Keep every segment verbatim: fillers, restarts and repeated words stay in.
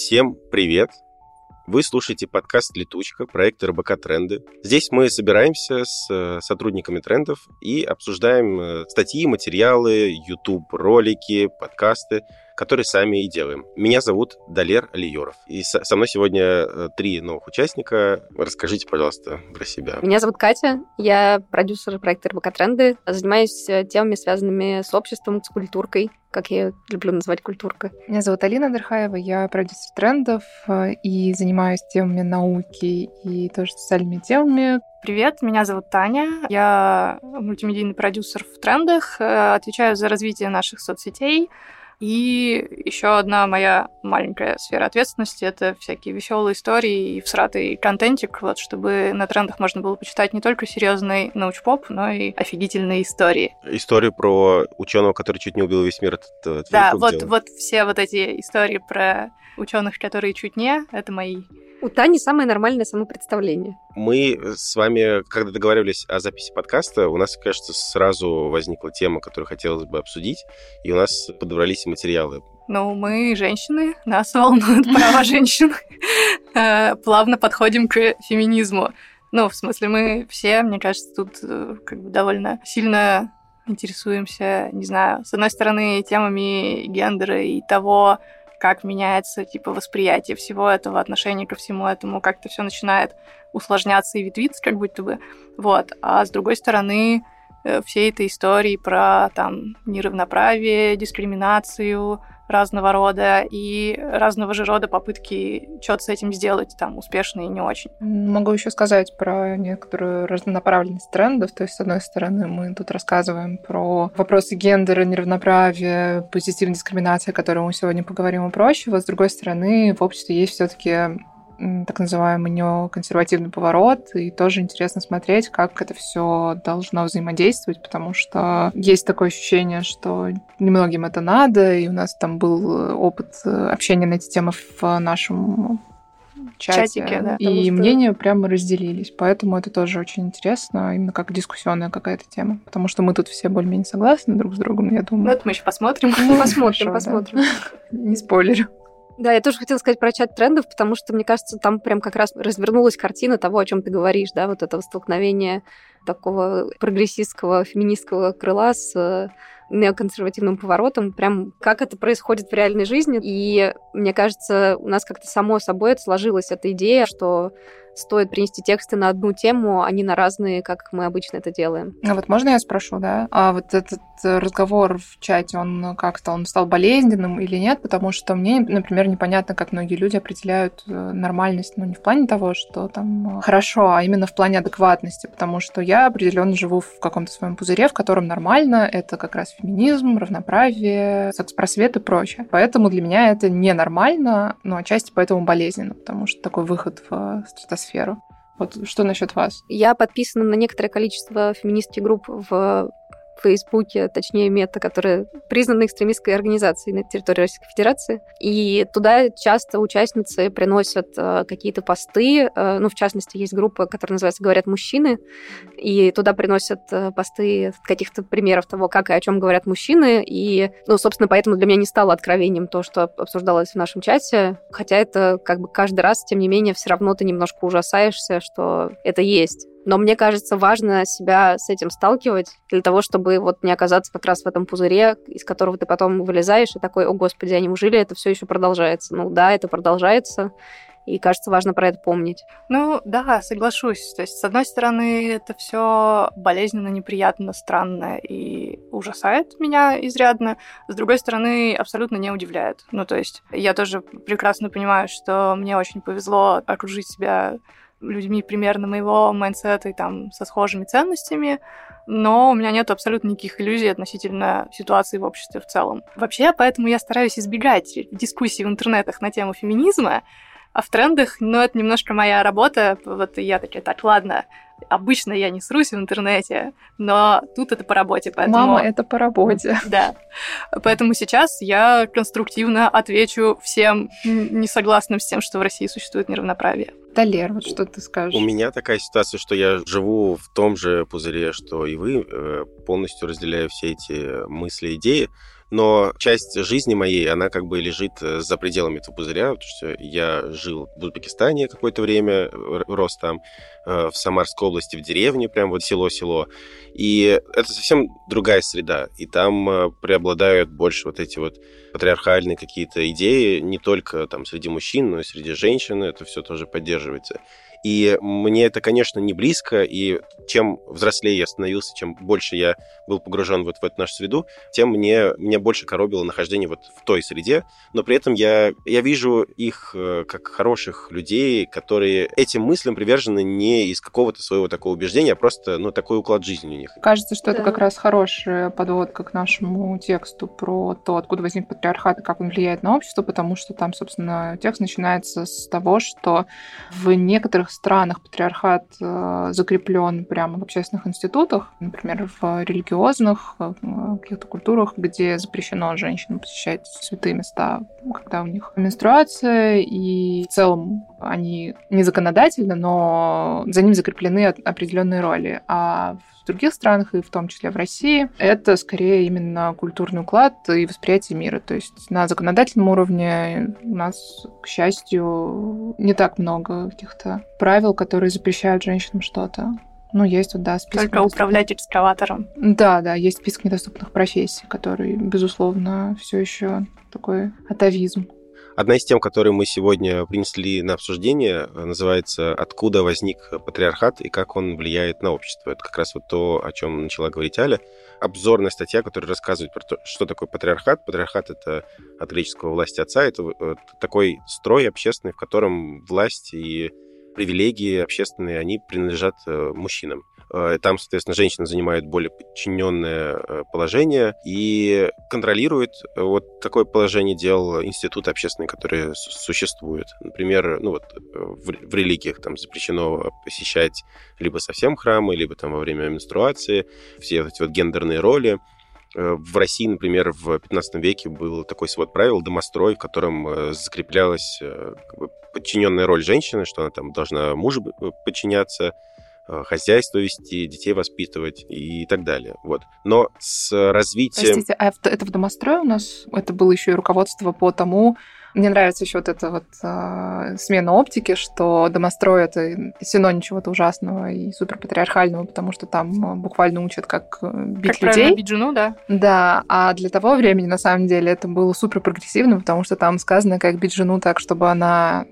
Всем привет! Вы слушаете подкаст «Летучка» проекта эр бэ ка Тренды. Здесь мы собираемся с сотрудниками трендов и обсуждаем статьи, материалы, YouTube-ролики, подкасты, которые сами и делаем. Меня зовут Далер Алиеров. И со мной сегодня три новых участника. Расскажите, пожалуйста, про себя. Меня зовут Катя. Я продюсер проекта эр бэ ка Тренды. Занимаюсь темами, связанными с обществом, с культуркой, как я люблю называть культуркой. Меня зовут Алина Дерхаева, я продюсер трендов и занимаюсь темами науки и тоже социальными темами. Привет, меня зовут Таня, я мультимедийный продюсер в трендах, отвечаю за развитие наших соцсетей. И еще одна моя маленькая сфера ответственности — это всякие веселые истории и всратый контентик, вот, чтобы на трендах можно было почитать не только серьезный научпоп, но и офигительные истории. Историю про ученого, который чуть не убил весь мир. Это, это да, вот, вот все вот эти истории про ученых, которые чуть не, это мои. У Тани самое нормальное самопредставление. Мы с вами, когда договаривались о записи подкаста, у нас, кажется, сразу возникла тема, которую хотелось бы обсудить, и у нас подобрались материалы. Ну, мы женщины, нас волнуют права женщин. Плавно подходим к феминизму. Ну, в смысле, мы все, мне кажется, тут как бы довольно сильно интересуемся, не знаю, с одной стороны, темами гендера и того, как меняется типа восприятие всего этого, отношение ко всему этому, как это все начинает усложняться и ветвиться, как будто бы. Вот. А с другой стороны, всей этой истории про там неравноправие, дискриминацию разного рода и разного же рода попытки что-то с этим сделать, там, успешно и не очень. Могу еще сказать про некоторую разнонаправленность трендов. То есть, с одной стороны, мы тут рассказываем про вопросы гендера, неравноправия, позитивной дискриминации, о которой мы сегодня поговорим и прочего. С другой стороны, в обществе есть все-таки так называемый неоконсервативный поворот, и тоже интересно смотреть, как это все должно взаимодействовать, потому что есть такое ощущение, что немногим это надо, и у нас там был опыт общения на эти темы в нашем чате, Чатике, да, и что... мнения прямо разделились, поэтому это тоже очень интересно, именно как дискуссионная какая-то тема, потому что мы тут все более-менее согласны друг с другом, я думаю. Ну, это мы еще посмотрим. Ну, посмотрим, посмотрим. Не спойлерю. Да, я тоже хотела сказать про чат трендов, потому что, мне кажется, там прям как раз развернулась картина того, о чем ты говоришь, да, вот этого столкновения такого прогрессистского, феминистского крыла с неоконсервативным поворотом, прям как это происходит в реальной жизни. И мне кажется, у нас как-то само собой сложилась эта идея, что стоит принести тексты на одну тему, а не на разные, как мы обычно это делаем. А вот можно я спрошу, да? А вот этот разговор в чате, он как-то он стал болезненным или нет? Потому что мне, например, непонятно, как многие люди определяют нормальность, ну, не в плане того, что там хорошо, а именно в плане адекватности, потому что я определенно живу в каком-то своем пузыре, в котором нормально, это как раз феминизм, равноправие, секс-просвет и прочее. Поэтому для меня это ненормально, но отчасти поэтому болезненно, потому что такой выход в стратосферу. Вот что насчет вас? Я подписана на некоторое количество феминистских групп в Фейсбуке, точнее Мета, которая признана экстремистской организацией на территории Российской Федерации. И туда часто участницы приносят э, какие-то посты. Э, ну, в частности, есть группа, которая называется «Говорят мужчины», и туда приносят э, посты каких-то примеров того, как и о чем говорят мужчины. И, ну, собственно, поэтому для меня не стало откровением то, что обсуждалось в нашем чате. Хотя это как бы каждый раз, тем не менее, все равно ты немножко ужасаешься, что это есть. Но мне кажется, важно себя с этим сталкивать для того, чтобы вот не оказаться как раз в этом пузыре, из которого ты потом вылезаешь и такой: о, господи, а неужели это все еще продолжается? Ну да, это продолжается, и кажется, важно про это помнить. Ну да, соглашусь. То есть, с одной стороны, это все болезненно, неприятно, странно и ужасает меня изрядно. С другой стороны, абсолютно не удивляет. Ну, то есть, я тоже прекрасно понимаю, что мне очень повезло окружить себя людьми примерно моего майндсета и там со схожими ценностями, но у меня нет абсолютно никаких иллюзий относительно ситуации в обществе в целом. Вообще, поэтому я стараюсь избегать дискуссий в интернетах на тему феминизма, а в трендах, ну, это немножко моя работа. Вот я такая: так, ладно, обычно я не срусь в интернете, но тут это по работе, поэтому... Мама, это по работе. Да. Поэтому сейчас я конструктивно отвечу всем несогласным с тем, что в России существует неравноправие. Далер, вот что ты скажешь? У меня такая ситуация, что я живу в том же пузыре, что и вы, полностью разделяю все эти мысли, идеи, Но часть жизни моей, она как бы лежит за пределами этого пузыря, потому что я жил в Узбекистане какое-то время, рос там, в Самарской области, в деревне, прям вот село-село. И это совсем другая среда. И там преобладают больше вот эти вот патриархальные какие-то идеи, не только там среди мужчин, но и среди женщин. Это все тоже поддерживается. И мне это, конечно, не близко, и чем взрослее я становился, чем больше я был погружен вот в эту нашу среду, тем мне, мне больше коробило нахождение вот в той среде, но при этом я, я вижу их как хороших людей, которые этим мыслям привержены не из какого-то своего такого убеждения, а просто, ну, такой уклад жизни у них. Кажется, что да. это как раз хорошая подводка к нашему тексту про то, откуда возник патриархат и как он влияет на общество, потому что там, собственно, текст начинается с того, что в некоторых странах патриархат э, закреплен прямо в общественных институтах, например, в религиозных, в каких-то культурах, где запрещено женщинам посещать святые места, когда у них менструация, и в целом они не законодательно, но за ним закреплены определенные роли. А в других странах, и в том числе в России, это скорее именно культурный уклад и восприятие мира. То есть на законодательном уровне у нас, к счастью, не так много каких-то правил, которые запрещают женщинам что-то. Ну, есть вот, да, список... Только управлять экскаватором. Да, да, есть список недоступных профессий, который, безусловно, все еще такой атавизм. Одна из тем, которые мы сегодня принесли на обсуждение, называется «Откуда возник патриархат и как он влияет на общество». Это как раз вот то, о чем начала говорить Аля. Обзорная статья, которая рассказывает про то, что такое патриархат. Патриархат — это от греческого «власть отца». Это такой строй общественный, в котором власть и привилегии общественные, они принадлежат мужчинам. Там, соответственно, женщина занимает более подчиненное положение и контролирует вот такое положение дел институты общественные, которые существуют. Например, ну вот в религиях там запрещено посещать либо совсем храмы, либо там во время менструации, все эти вот гендерные роли. В России, например, в пятнадцатом веке был такой свод правил «Домострой», в котором закреплялась как бы подчиненная роль женщины, что она там должна мужу подчиняться, хозяйство вести, детей воспитывать и так далее. Вот. Но с развитием... Простите, а это в «Домострое» у нас? Это было еще и руководство по тому... Мне нравится еще вот эта вот э, смена оптики, что «Домострой» — это синоним чего-то ужасного и суперпатриархального, потому что там буквально учат, как бить как людей. Как бить жену, да. Да, а для того времени, на самом деле, это было суперпрогрессивно, потому что там сказано, как бить жену так, чтобы она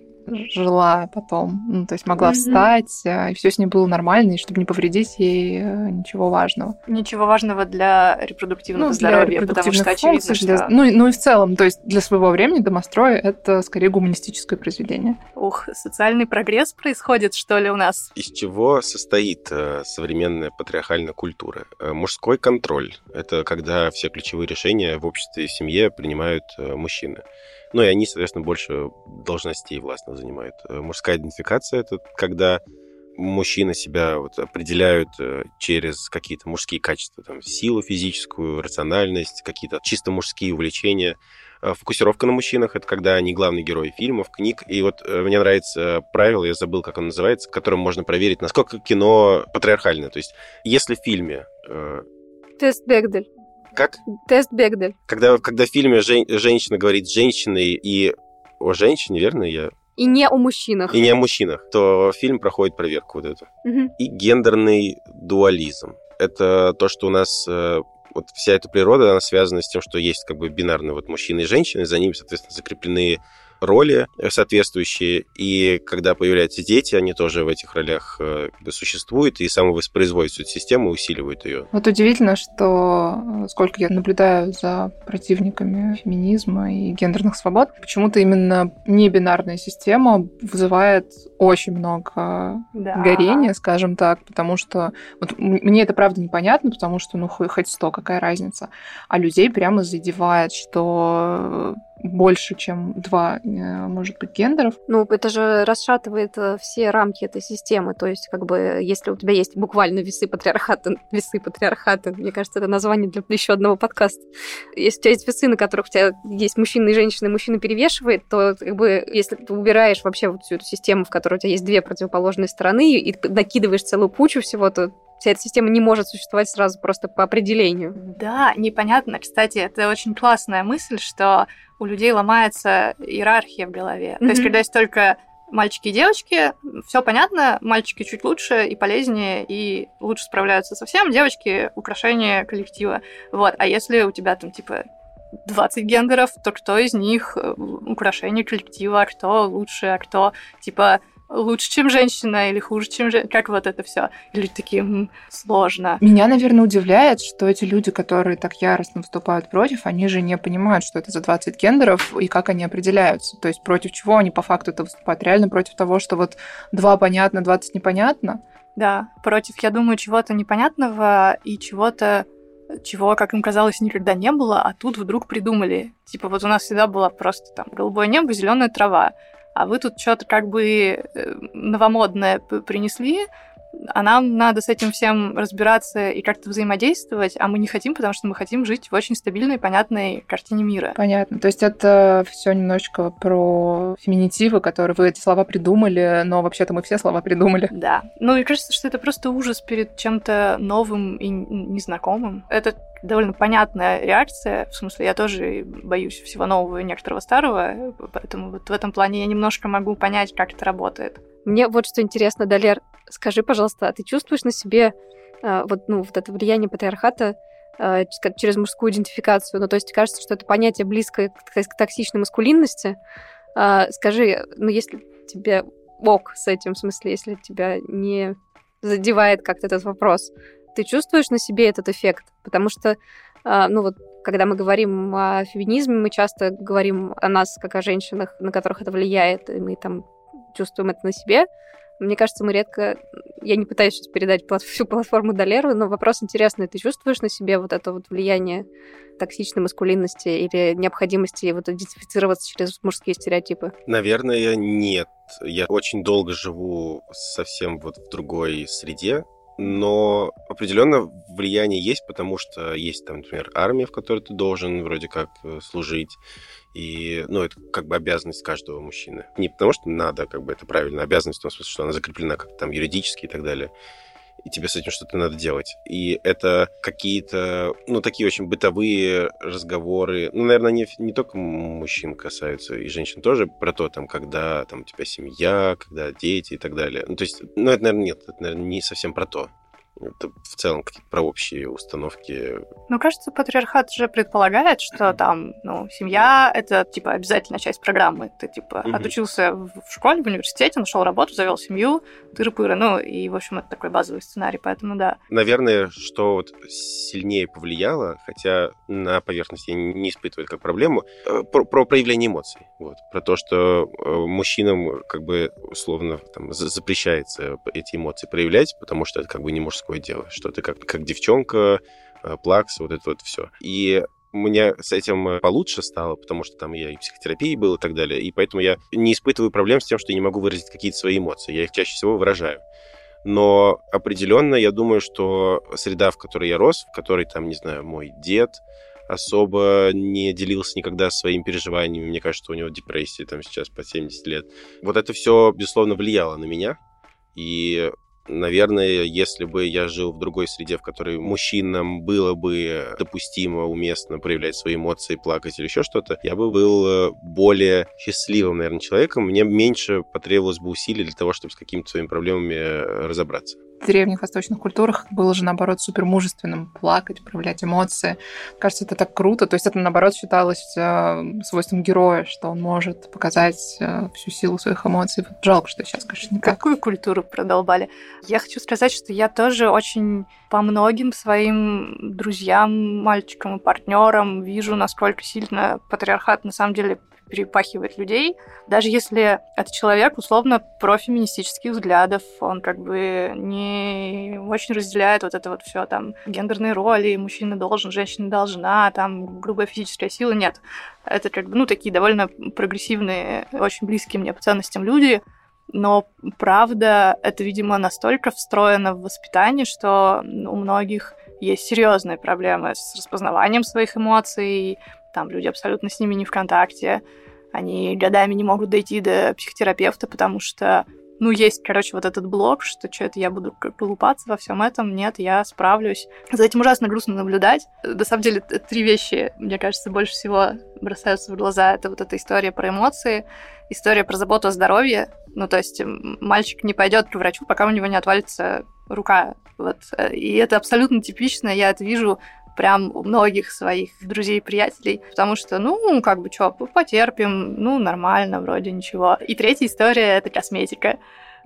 жила потом, ну, то есть могла mm-hmm. встать, и все с ней было нормально, и чтобы не повредить ей ничего важного. Ничего важного для репродуктивного ну, здоровья, для потому что очевидно, для... что... Ну, ну и в целом, то есть для своего времени «Домострой» — это скорее гуманистическое произведение. Ух, социальный прогресс происходит, что ли, у нас? Из чего состоит э, современная патриархальная культура? Э, мужской контроль. Это когда все ключевые решения в обществе и в семье принимают э, мужчины. Ну и они, соответственно, больше должностей властно занимают. Мужская идентификация — это когда мужчины себя вот определяют через какие-то мужские качества, там, силу физическую, рациональность, какие-то чисто мужские увлечения. Фокусировка на мужчинах — это когда они главные герои фильмов, книг. И вот мне нравится правило, я забыл, как оно называется, которым можно проверить, насколько кино патриархальное. То есть если в фильме... Тест Бекдель. Как? Тест Бекдель. Когда, когда в фильме жен, женщина говорит с женщиной и о женщине, верно? Я... И не о мужчинах. И не о мужчинах, то фильм проходит проверку вот эту. Угу. И гендерный дуализм. Это то, что у нас... Вот вся эта природа, она связана с тем, что есть как бы бинарные вот мужчины и женщины, за ними, соответственно, закреплены роли соответствующие, и когда появляются дети, они тоже в этих ролях как бы существуют, и самовоспроизводят всю эту систему, усиливают ее. Вот удивительно, что сколько я наблюдаю за противниками феминизма и гендерных свобод, почему-то именно небинарная система вызывает очень много да. горения, скажем так, потому что вот мне это правда непонятно, потому что ну хоть сто, какая разница, а людей прямо задевает, что больше, чем два, может быть, гендеров. Ну, это же расшатывает все рамки этой системы. То есть, как бы, если у тебя есть буквально весы патриархата, весы патриархата, мне кажется, это название для еще одного подкаста. Если у тебя есть весы, на которых у тебя есть мужчина и женщина, и мужчина перевешивает, то, как бы, если ты убираешь вообще вот всю эту систему, в которой у тебя есть две противоположные стороны, и накидываешь целую кучу всего, то вся эта система не может существовать сразу просто по определению. Да, непонятно. Кстати, это очень классная мысль, что у людей ломается иерархия в голове. Mm-hmm. То есть, когда есть только мальчики и девочки, все понятно, мальчики чуть лучше и полезнее, и лучше справляются со всем, девочки — украшение коллектива. Вот. А если у тебя там, типа, двадцать гендеров, то кто из них украшение коллектива, а кто лучше, а кто, типа, лучше, чем женщина, или хуже, чем женщина? Как вот это все? Или такие, м, сложно. Меня, наверное, удивляет, что эти люди, которые так яростно выступают против, они же не понимают, что это за двадцать гендеров и как они определяются. То есть против чего они по факту это выступают? Реально против того, что вот два понятно, двадцать непонятно? Да, против, я думаю, чего-то непонятного и чего-то, чего, как им казалось, никогда не было, а тут вдруг придумали. Типа вот у нас всегда было просто там голубое небо, зеленая трава. А вы тут что-то как бы новомодное принесли, а нам надо с этим всем разбираться и как-то взаимодействовать, а мы не хотим, потому что мы хотим жить в очень стабильной, понятной картине мира. Понятно. То есть это все немножечко про феминитивы, которые вы эти слова придумали, но вообще-то мы все слова придумали. Да. Ну и кажется, что это просто ужас перед чем-то новым и незнакомым. Это довольно понятная реакция. В смысле, я тоже боюсь всего нового и некоторого старого, поэтому вот в этом плане я немножко могу понять, как это работает. Мне вот что интересно, Далер, скажи, пожалуйста, а ты чувствуешь на себе э, вот, ну, вот это влияние патриархата э, через мужскую идентификацию? Ну, то есть кажется, что это понятие близкое к, к токсичной маскулинности. Э, скажи, ну, если тебе ок с этим, в смысле, если тебя не задевает как-то этот вопрос, ты чувствуешь на себе этот эффект? Потому что, э, ну, вот, когда мы говорим о феминизме, мы часто говорим о нас как о женщинах, на которых это влияет, и мы там чувствуем это на себе. Мне кажется, мы редко... Я не пытаюсь сейчас передать всю платформу Далеру, но вопрос интересный. Ты чувствуешь на себе вот это вот влияние токсичной маскулинности или необходимости вот идентифицироваться через мужские стереотипы? Наверное, нет. Я очень долго живу совсем вот в другой среде, но определенно влияние есть, потому что есть там, например, армия, в которой ты должен вроде как служить. И, ну, это как бы обязанность каждого мужчины. Не потому что надо, как бы это правильно, обязанность в том смысле, что она закреплена как-то там юридически и так далее. И тебе с этим что-то надо делать. И это какие-то, ну, такие очень бытовые разговоры. Ну, наверное, не, не только мужчин касаются, и женщин тоже, про то, там, когда там, у тебя семья, когда дети и так далее. Ну, то есть, ну, это, наверное, нет, это, наверное, не совсем про то. Это в целом какие-то про общие установки. Ну, кажется, патриархат же предполагает, что там, ну, семья — это, типа, обязательная часть программы. Ты, типа, mm-hmm. отучился в школе, в университете, нашел работу, завел семью, тыры-пыры. Ну, и, в общем, это такой базовый сценарий, поэтому да. Наверное, что вот сильнее повлияло, хотя на поверхности я не испытываю как проблему, про, про проявление эмоций. Вот. Про то, что мужчинам, как бы, условно, там, запрещается эти эмоции проявлять, потому что это, как бы, не мужское дело, что ты как, как девчонка, плакса, вот это вот все. И мне с этим получше стало, потому что там я и в психотерапии был и так далее, и поэтому я не испытываю проблем с тем, что я не могу выразить какие-то свои эмоции. Я их чаще всего выражаю. Но определенно я думаю, что среда, в которой я рос, в которой, там, не знаю, мой дед особо не делился никогда своими переживаниями, мне кажется, что у него депрессия там сейчас по семьдесят лет. Вот это все, безусловно, влияло на меня. И наверное, если бы я жил в другой среде, в которой мужчинам было бы допустимо, уместно проявлять свои эмоции, плакать или еще что-то, я бы был более счастливым, наверное, человеком. Мне меньше потребовалось бы усилий для того, чтобы с какими-то своими проблемами разобраться. В древних восточных культурах было же, наоборот, супер мужественным плакать, проявлять эмоции. Кажется, это так круто. То есть это, наоборот, считалось э, свойством героя, что он может показать э, всю силу своих эмоций. Жалко, что сейчас, конечно, не так. Какую культуру продолбали? Я хочу сказать, что я тоже очень по многим своим друзьям, мальчикам и партнерам вижу, насколько сильно патриархат на самом деле перепахивает людей. Даже если это человек, условно, профеминистических взглядов, он как бы не очень разделяет вот это вот все там гендерные роли, мужчина должен, женщина должна, там грубая физическая сила, нет. Это как бы, ну, такие довольно прогрессивные, очень близкие мне по ценностям люди, но правда, это, видимо, настолько встроено в воспитание, что у многих есть серьезные проблемы с распознаванием своих эмоций, там люди абсолютно с ними не в контакте, они годами не могут дойти до психотерапевта, потому что ну, есть, короче, вот этот блок, что что это я буду колупаться во всем этом. Нет, я справлюсь. За этим ужасно грустно наблюдать. На самом деле, три вещи, мне кажется, больше всего бросаются в глаза. Это вот эта история про эмоции, история про заботу о здоровье. Ну, то есть мальчик не пойдет к врачу, пока у него не отвалится рука. Вот. И это абсолютно типично. Я это вижу прям у многих своих друзей и приятелей, потому что, ну, как бы, что, потерпим, ну, нормально, вроде ничего. И третья история — это косметика.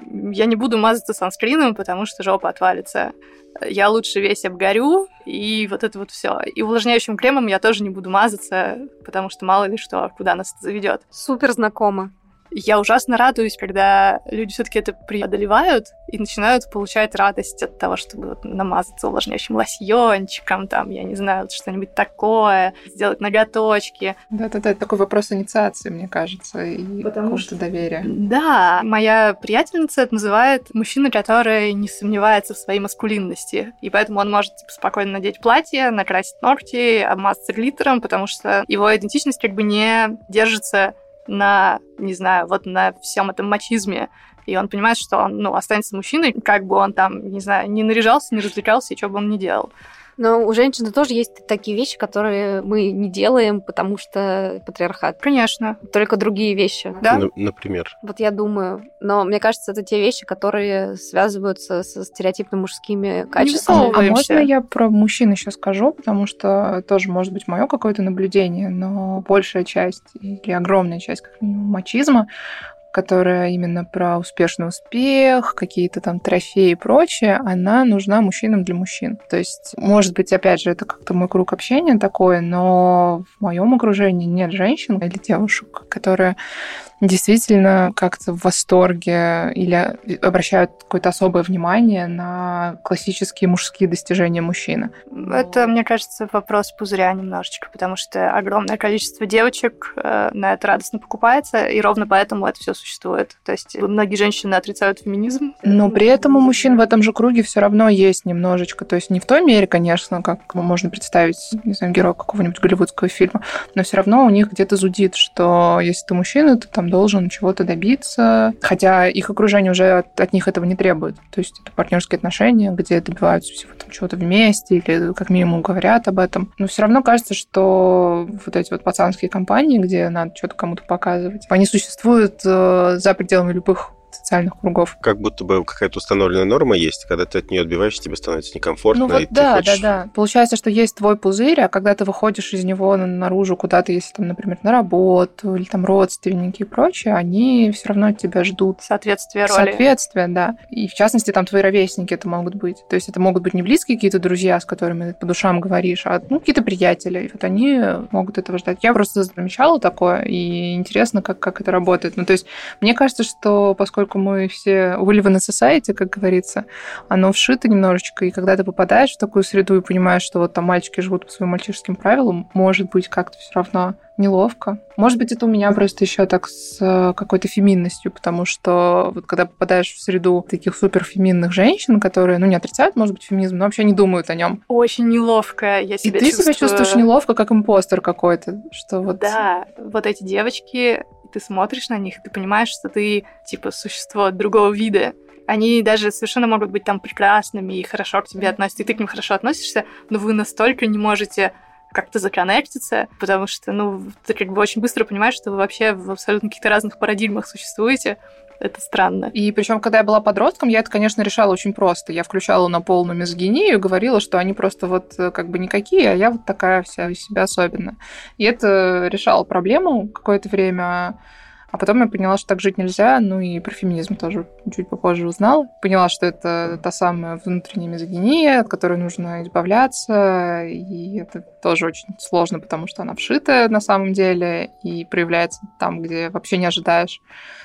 Я не буду мазаться санскрином, потому что жопа отвалится. Я лучше весь обгорю, и вот это вот все. И увлажняющим кремом я тоже не буду мазаться, потому что мало ли что, куда нас это заведет. Супер знакомо. Я ужасно радуюсь, когда люди все-таки это преодолевают и начинают получать радость от того, чтобы вот намазаться увлажняющим лосьончиком, там, я не знаю, что-нибудь такое, сделать ноготочки. Да-да-да, это такой вопрос инициации, мне кажется, и какого-то что... доверия. Да, моя приятельница это называет мужчина, который не сомневается в своей маскулинности, и поэтому он может типа, спокойно надеть платье, накрасить ногти, обмазаться глиттером, потому что его идентичность как бы не держится на, не знаю, вот на всем этом мачизме. И он понимает, что он, ну, останется мужчиной, как бы он там, не знаю, не наряжался, не развлекался, и что бы он ни делал. Но у женщины тоже есть такие вещи, которые мы не делаем, потому что патриархат. Конечно. Только другие вещи. Да? Н- например? Вот я думаю. Но мне кажется, это те вещи, которые связываются со стереотипно мужскими качествами. А можно я про мужчин еще скажу, потому что тоже может быть мое какое-то наблюдение, но большая часть или огромная часть, как минимум, мачизма, которая именно про успешный успех, какие-то там трофеи и прочее, она нужна мужчинам для мужчин. То есть, может быть, опять же, это как-то мой круг общения такой, но в моем окружении нет женщин или девушек, которые действительно как-то в восторге или обращают какое-то особое внимание на классические мужские достижения мужчины. Это, мне кажется, вопрос пузыря немножечко, потому что огромное количество девочек э, на это радостно покупается, и ровно поэтому это все существует. То есть многие женщины отрицают феминизм. Но при этом у мужчин в этом же круге все равно есть немножечко. То есть не в той мере, конечно, как можно представить, не знаю, героя какого-нибудь голливудского фильма, но все равно у них где-то зудит, что если ты мужчина, то там должен чего-то добиться, хотя их окружение уже от, от них этого не требует. То есть это партнерские отношения, где добиваются всего там чего-то вместе или как минимум говорят об этом. Но все равно кажется, что вот эти вот пацанские компании, где надо что-то кому-то показывать, они существуют э, за пределами любых социальных кругов. Как будто бы какая-то установленная норма есть, когда ты от нее отбиваешься, тебе становится некомфортно. Ну вот и да, ты хочешь... да, да. Получается, что есть твой пузырь, а когда ты выходишь из него наружу куда-то, если там, например, на работу или там родственники и прочее, они все равно от тебя ждут. Соответствие роли. Соответствие, да. И в частности, там твои ровесники это могут быть. То есть это могут быть не близкие какие-то друзья, с которыми ты по душам говоришь, а ну, какие-то приятели. И вот они могут этого ждать. Я просто замечала такое, и интересно, как, как это работает. Ну, то есть мне кажется, что поскольку мы все выливаны society, как говорится, оно вшито немножечко, и когда ты попадаешь в такую среду и понимаешь, что вот там мальчики живут по своим мальчишеским правилам, может быть, как-то все равно неловко. Может быть, это у меня просто еще так с какой-то феминностью, потому что вот когда попадаешь в среду таких суперфеминных женщин, которые, ну, не отрицают, может быть, феминизм, но вообще не думают о нем. Очень неловко, я себя И ты чувствую... себя чувствуешь неловко, как импостер какой-то, что вот... Да, вот эти девочки, ты смотришь на них, и ты понимаешь, что ты, типа, существо другого вида. Они даже совершенно могут быть там прекрасными и хорошо к тебе относятся, и ты к ним хорошо относишься, но вы настолько не можете как-то законнектиться, потому что, ну, ты как бы очень быстро понимаешь, что вы вообще в абсолютно каких-то разных парадигмах существуете. Это странно. И причем, когда я была подростком, я это, конечно, решала очень просто. Я включала на полную мизогинию и говорила, что они просто вот как бы никакие, а я вот такая вся из себя особенная. И это решало проблему какое-то время. А потом я поняла, что так жить нельзя, ну и про феминизм тоже чуть попозже узнала. Поняла, что это та самая внутренняя мизогиния, от которой нужно избавляться, и это тоже очень сложно, потому что она вшита на самом деле и проявляется там, где вообще не ожидаешь.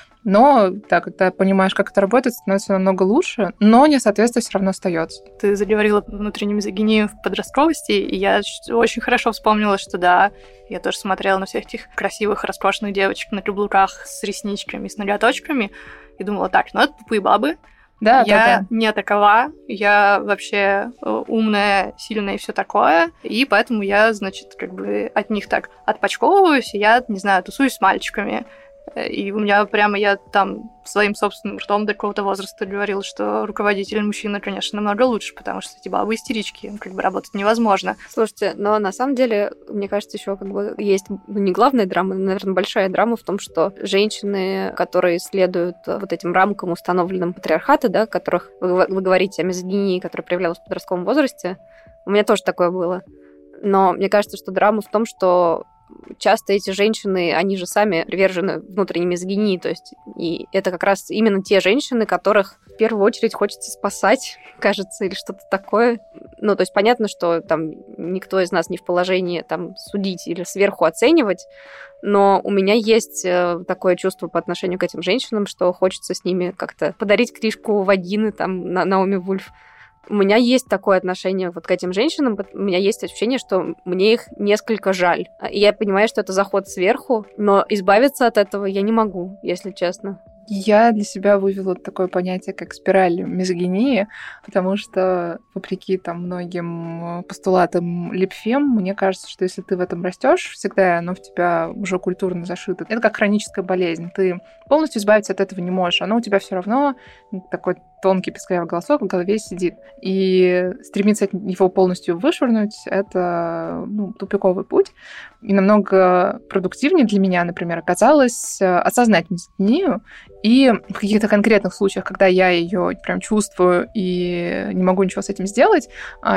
Но, да, когда понимаешь, как это работает, становится намного лучше, но несоответствие все равно остается. Ты заговорила про внутреннюю мизогинию в подростковости, и я очень хорошо вспомнила, что да, я тоже смотрела на всех этих красивых, роскошных девочек на каблуках с ресничками, с ноготочками, и думала, так, ну это тупые бабы. Да, я да, да. не такова, я вообще умная, сильная и все такое, и поэтому я, значит, как бы от них так отпочковываюсь, и я, не знаю, тусуюсь с мальчиками. И у меня прямо, я там своим собственным ртом до какого-то возраста говорила, что руководитель мужчина, конечно, намного лучше, потому что эти бабы истерички, как бы работать невозможно. Слушайте, но на самом деле, мне кажется, еще как бы есть ну, не главная драма, наверное, большая драма в том, что женщины, которые следуют вот этим рамкам, установленным патриархата, да, которых вы, вы говорите о мизогинии, которая проявлялась в подростковом возрасте, у меня тоже такое было. Но мне кажется, что драма в том, что часто эти женщины, они же сами привержены внутренней мизогинии, то есть и это как раз именно те женщины, которых в первую очередь хочется спасать, кажется, или что-то такое. Ну, то есть понятно, что там никто из нас не в положении там судить или сверху оценивать, но у меня есть такое чувство по отношению к этим женщинам, что хочется с ними как-то подарить книжку вагины, там, на Наоми Вульф. У меня есть такое отношение вот к этим женщинам, у меня есть ощущение, что мне их несколько жаль. И я понимаю, что это заход сверху, но избавиться от этого я не могу, если честно. Я для себя вывела такое понятие, как спираль мизогинии, потому что, вопреки там многим постулатам липфем, мне кажется, что если ты в этом растешь, всегда оно в тебя уже культурно зашито. Это как хроническая болезнь. Ты полностью избавиться от этого не можешь. Оно у тебя все равно такой тонкий песклявый голосок в голове сидит. И стремиться от него полностью вышвырнуть — это ну, тупиковый путь. И намного продуктивнее для меня, например, оказалось осознать мизогинию и в каких-то конкретных случаях, когда я ее прям чувствую и не могу ничего с этим сделать,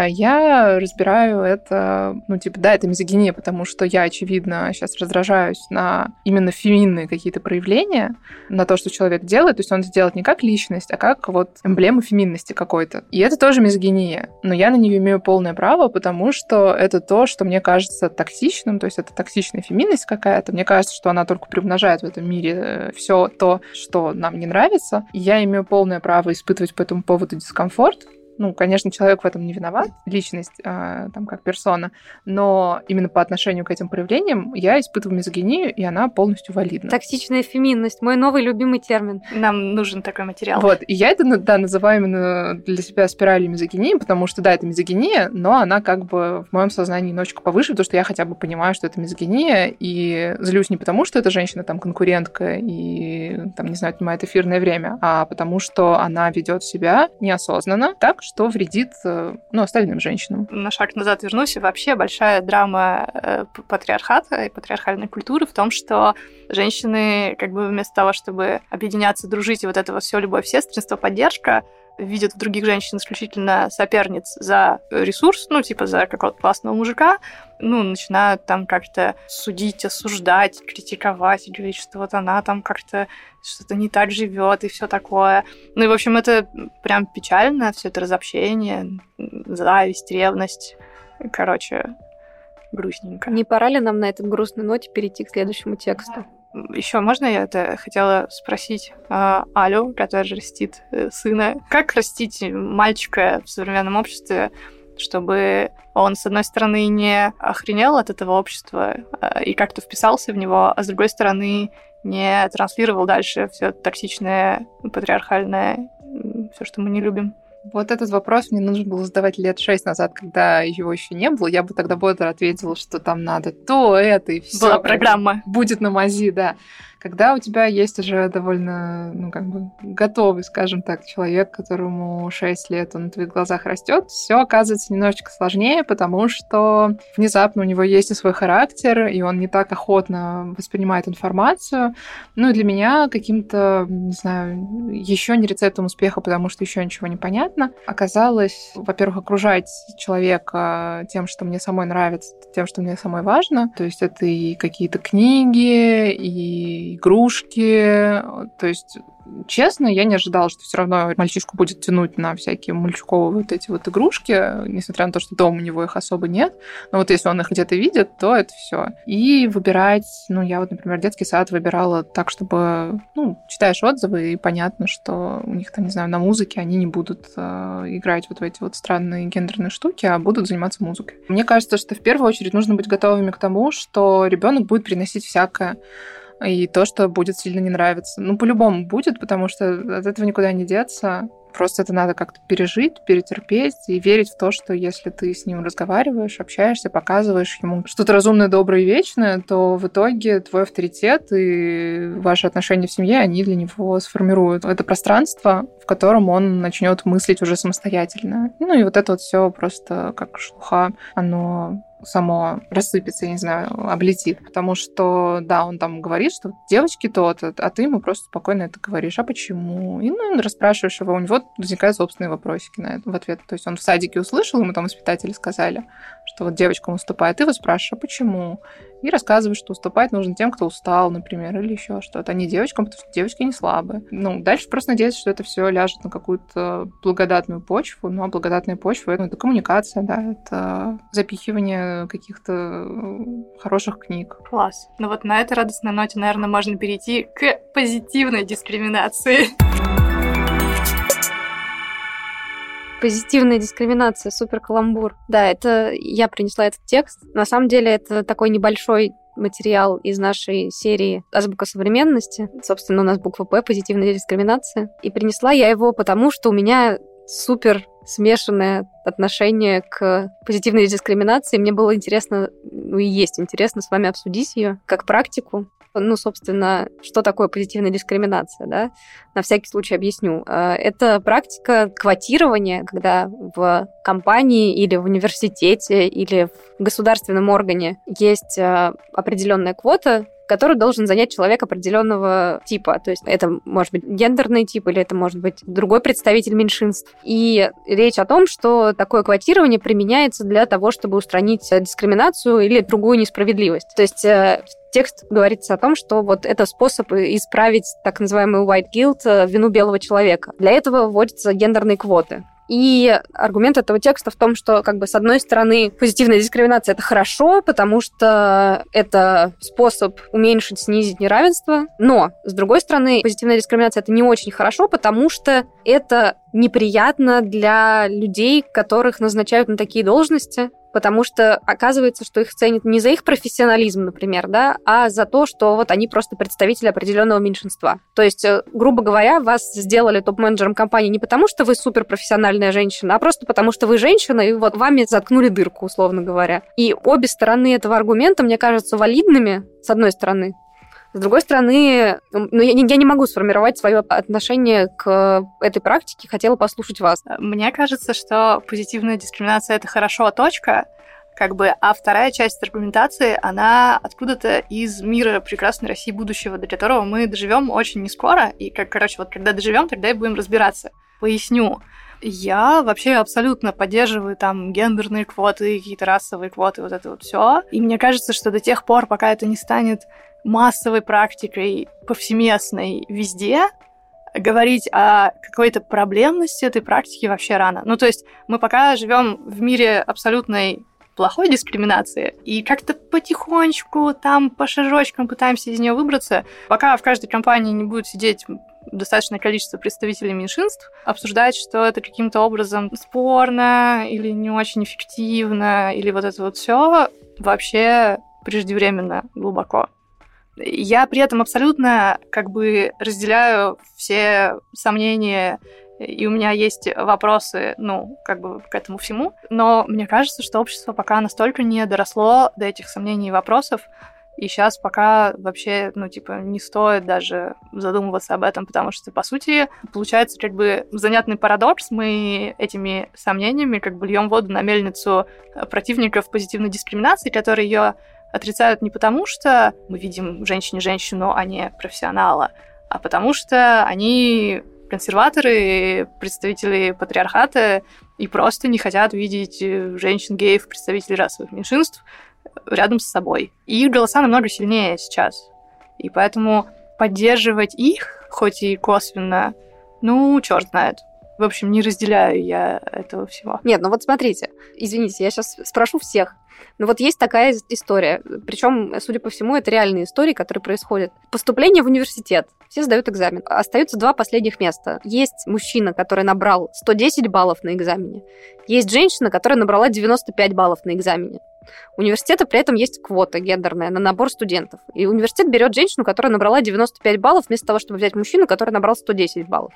я разбираю это, ну, типа, да, это мизогиния, потому что я, очевидно, сейчас раздражаюсь на именно феминные какие-то проявления, на то, что человек делает, то есть он это делает не как личность, а как вот эмблему феминности какой-то. И это тоже мизогиния, но я на нее имею полное право, потому что это то, что мне кажется токсичным, то есть это токсичная феминность какая-то. Мне кажется, что она только приумножает в этом мире все то, что нам не нравится. И я имею полное право испытывать по этому поводу дискомфорт. Ну, конечно, человек в этом не виноват, личность, э, там, как персона, но именно по отношению к этим проявлениям я испытываю мизогинию, и она полностью валидна. Токсичная феминность, мой новый любимый термин. Нам нужен такой материал. Вот, и я это, да, называю именно для себя спиралью мизогинии, потому что, да, это мизогиния, но она как бы в моем сознании немножечко повыше, потому что я хотя бы понимаю, что это мизогиния, и злюсь не потому, что эта женщина там конкурентка и, там, не знаю, отнимает эфирное время, а потому что она ведет себя неосознанно так, что вредит, ну, остальным женщинам. На шаг назад вернусь. Вообще большая драма патриархата и патриархальной культуры в том, что женщины как бы вместо того, чтобы объединяться, дружить, и вот это вот все любовь, сестринство, поддержка, видят в других женщин исключительно соперниц за ресурс, ну, типа за какого-то классного мужика, ну, начинают там как-то судить, осуждать, критиковать, и говорить, что вот она там как-то что-то не так живет и все такое. Ну и, в общем, это прям печально, все это разобщение, зависть, ревность. Короче, грустненько. Не пора ли нам на этой грустной ноте перейти к следующему тексту? Еще можно я это хотела спросить э, Алю, которая растит э, сына. Как растить мальчика в современном обществе, чтобы он, с одной стороны, не охренел от этого общества э, и как-то вписался в него, а с другой стороны, не транслировал дальше все токсичное, патриархальное, все, что мы не любим? Вот этот вопрос мне нужно было задавать лет шесть назад, когда его еще не было. Я бы тогда бодро ответила, что там надо то, это и все. Была программа. Будет на мази, да. Когда у тебя есть уже довольно, ну, как бы готовый, скажем так, человек, которому шесть лет, он на твоих глазах растет, все оказывается немножечко сложнее, потому что внезапно у него есть и свой характер, и он не так охотно воспринимает информацию. Ну, и для меня каким-то, не знаю, еще не рецептом успеха, потому что еще ничего не понятно, оказалось, во-первых, окружать человека тем, что мне самой нравится, тем, что мне самой важно. То есть это и какие-то книги, и игрушки. То есть, честно, я не ожидала, что все равно мальчишку будет тянуть на всякие мальчуковые вот эти вот игрушки, несмотря на то, что дома у него их особо нет. Но вот если он их где-то видит, то это все. И выбирать, ну, я вот, например, детский сад выбирала так, чтобы, ну, читаешь отзывы, и понятно, что у них там, не знаю, на музыке они не будут э, играть вот в эти вот странные гендерные штуки, а будут заниматься музыкой. Мне кажется, что в первую очередь нужно быть готовыми к тому, что ребенок будет приносить всякое, и то, что будет сильно не нравиться. Ну, по-любому будет, потому что от этого никуда не деться. Просто это надо как-то пережить, перетерпеть и верить в то, что если ты с ним разговариваешь, общаешься, показываешь ему что-то разумное, доброе и вечное, то в итоге твой авторитет и ваши отношения в семье, они для него сформируют это пространство, в котором он начнет мыслить уже самостоятельно. Ну и вот это вот все просто как шелуха, оно само рассыпется, я не знаю, облетит. Потому что, да, он там говорит, что девочки то-то, а ты ему просто спокойно это говоришь. А почему? И, ну, расспрашиваешь его, у него возникают собственные вопросики на это в ответ. То есть он в садике услышал, ему там воспитатели сказали, что вот девочкам уступает. Ты его спрашиваешь, а почему? И рассказываешь, что уступать нужно тем, кто устал, например, или еще что-то, а не девочкам, потому что девочки не слабые. Ну, дальше просто надеяться, что это все ляжет на какую-то благодатную почву. Ну, а благодатная почва — это, это коммуникация, да, это запихивание каких-то хороших книг. Класс. Ну вот на этой радостной ноте, наверное, можно перейти к позитивной дискриминации. Позитивная дискриминация, супер каламбур. Да, это я принесла этот текст. На самом деле это такой небольшой материал из нашей серии «Азбука современности». Собственно, у нас буква «П» — позитивная дискриминация. И принесла я его потому, что у меня супер смешанное отношение к позитивной дискриминации. Мне было интересно, ну и есть интересно с вами обсудить ее как практику. Ну, собственно, что такое позитивная дискриминация, да? На всякий случай объясню. Это практика квотирования, когда в компании или в университете или в государственном органе есть определенная квота, который должен занять человек определенного типа. То есть это может быть гендерный тип или это может быть другой представитель меньшинств. И речь о том, что такое квотирование применяется для того, чтобы устранить дискриминацию или другую несправедливость. То есть текст говорится о том, что вот это способ исправить так называемый white guilt, вину белого человека. Для этого вводятся гендерные квоты. И аргумент этого текста в том, что, как бы, с одной стороны, позитивная дискриминация — это хорошо, потому что это способ уменьшить, снизить неравенство, но, с другой стороны, позитивная дискриминация — это не очень хорошо, потому что это неприятно для людей, которых назначают на такие должности, потому что оказывается, что их ценят не за их профессионализм, например, да, а за то, что вот они просто представители определенного меньшинства. То есть, грубо говоря, вас сделали топ-менеджером компании не потому, что вы суперпрофессиональная женщина, а просто потому, что вы женщина, и вот вами заткнули дырку, условно говоря. И обе стороны этого аргумента, мне кажутся валидными, с одной стороны. С другой стороны, ну, я, не, я не могу сформировать свое отношение к этой практике, хотела послушать вас. Мне кажется, что позитивная дискриминация — это хорошо, точка, как бы, а вторая часть аргументации, она откуда-то из мира прекрасной России будущего, до которого мы доживем очень нескоро, и, как, короче, вот когда доживем, тогда и будем разбираться. Поясню. Я вообще абсолютно поддерживаю там гендерные квоты, какие-то расовые квоты, вот это вот все. И мне кажется, что до тех пор, пока это не станет массовой практикой, повсеместной везде, говорить о какой-то проблемности этой практики вообще рано. Ну, то есть мы пока живем в мире абсолютной плохой дискриминации и как-то потихонечку там по шажочкам пытаемся из нее выбраться, пока в каждой компании не будет сидеть достаточное количество представителей меньшинств, обсуждать, что это каким-то образом спорно или не очень эффективно, или вот это вот все вообще преждевременно глубоко. Я при этом абсолютно как бы разделяю все сомнения, и у меня есть вопросы, ну, как бы к этому всему, но мне кажется, что общество пока настолько не доросло до этих сомнений и вопросов, и сейчас пока вообще, ну, типа, не стоит даже задумываться об этом, потому что, по сути, получается как бы занятный парадокс. Мы этими сомнениями как бы льем воду на мельницу противников позитивной дискриминации, которые ее отрицают не потому, что мы видим в женщине женщину, а не профессионала, а потому что они консерваторы, представители патриархата и просто не хотят видеть женщин, геев, представителей расовых меньшинств рядом с собой. И их голоса намного сильнее сейчас. И поэтому поддерживать их, хоть и косвенно, ну, черт знает. В общем, не разделяю я этого всего. Нет, ну вот смотрите, извините, я сейчас спрошу всех. Ну вот есть такая история, причем, судя по всему, это реальные истории, которые происходят. Поступление в университет, все сдают экзамен, остаются два последних места. Есть мужчина, который набрал сто десять баллов на экзамене, есть женщина, которая набрала девяносто пять баллов на экзамене. У университета при этом есть квота гендерная на набор студентов. И университет берет женщину, которая набрала девяносто пять баллов, вместо того, чтобы взять мужчину, который набрал сто десять баллов.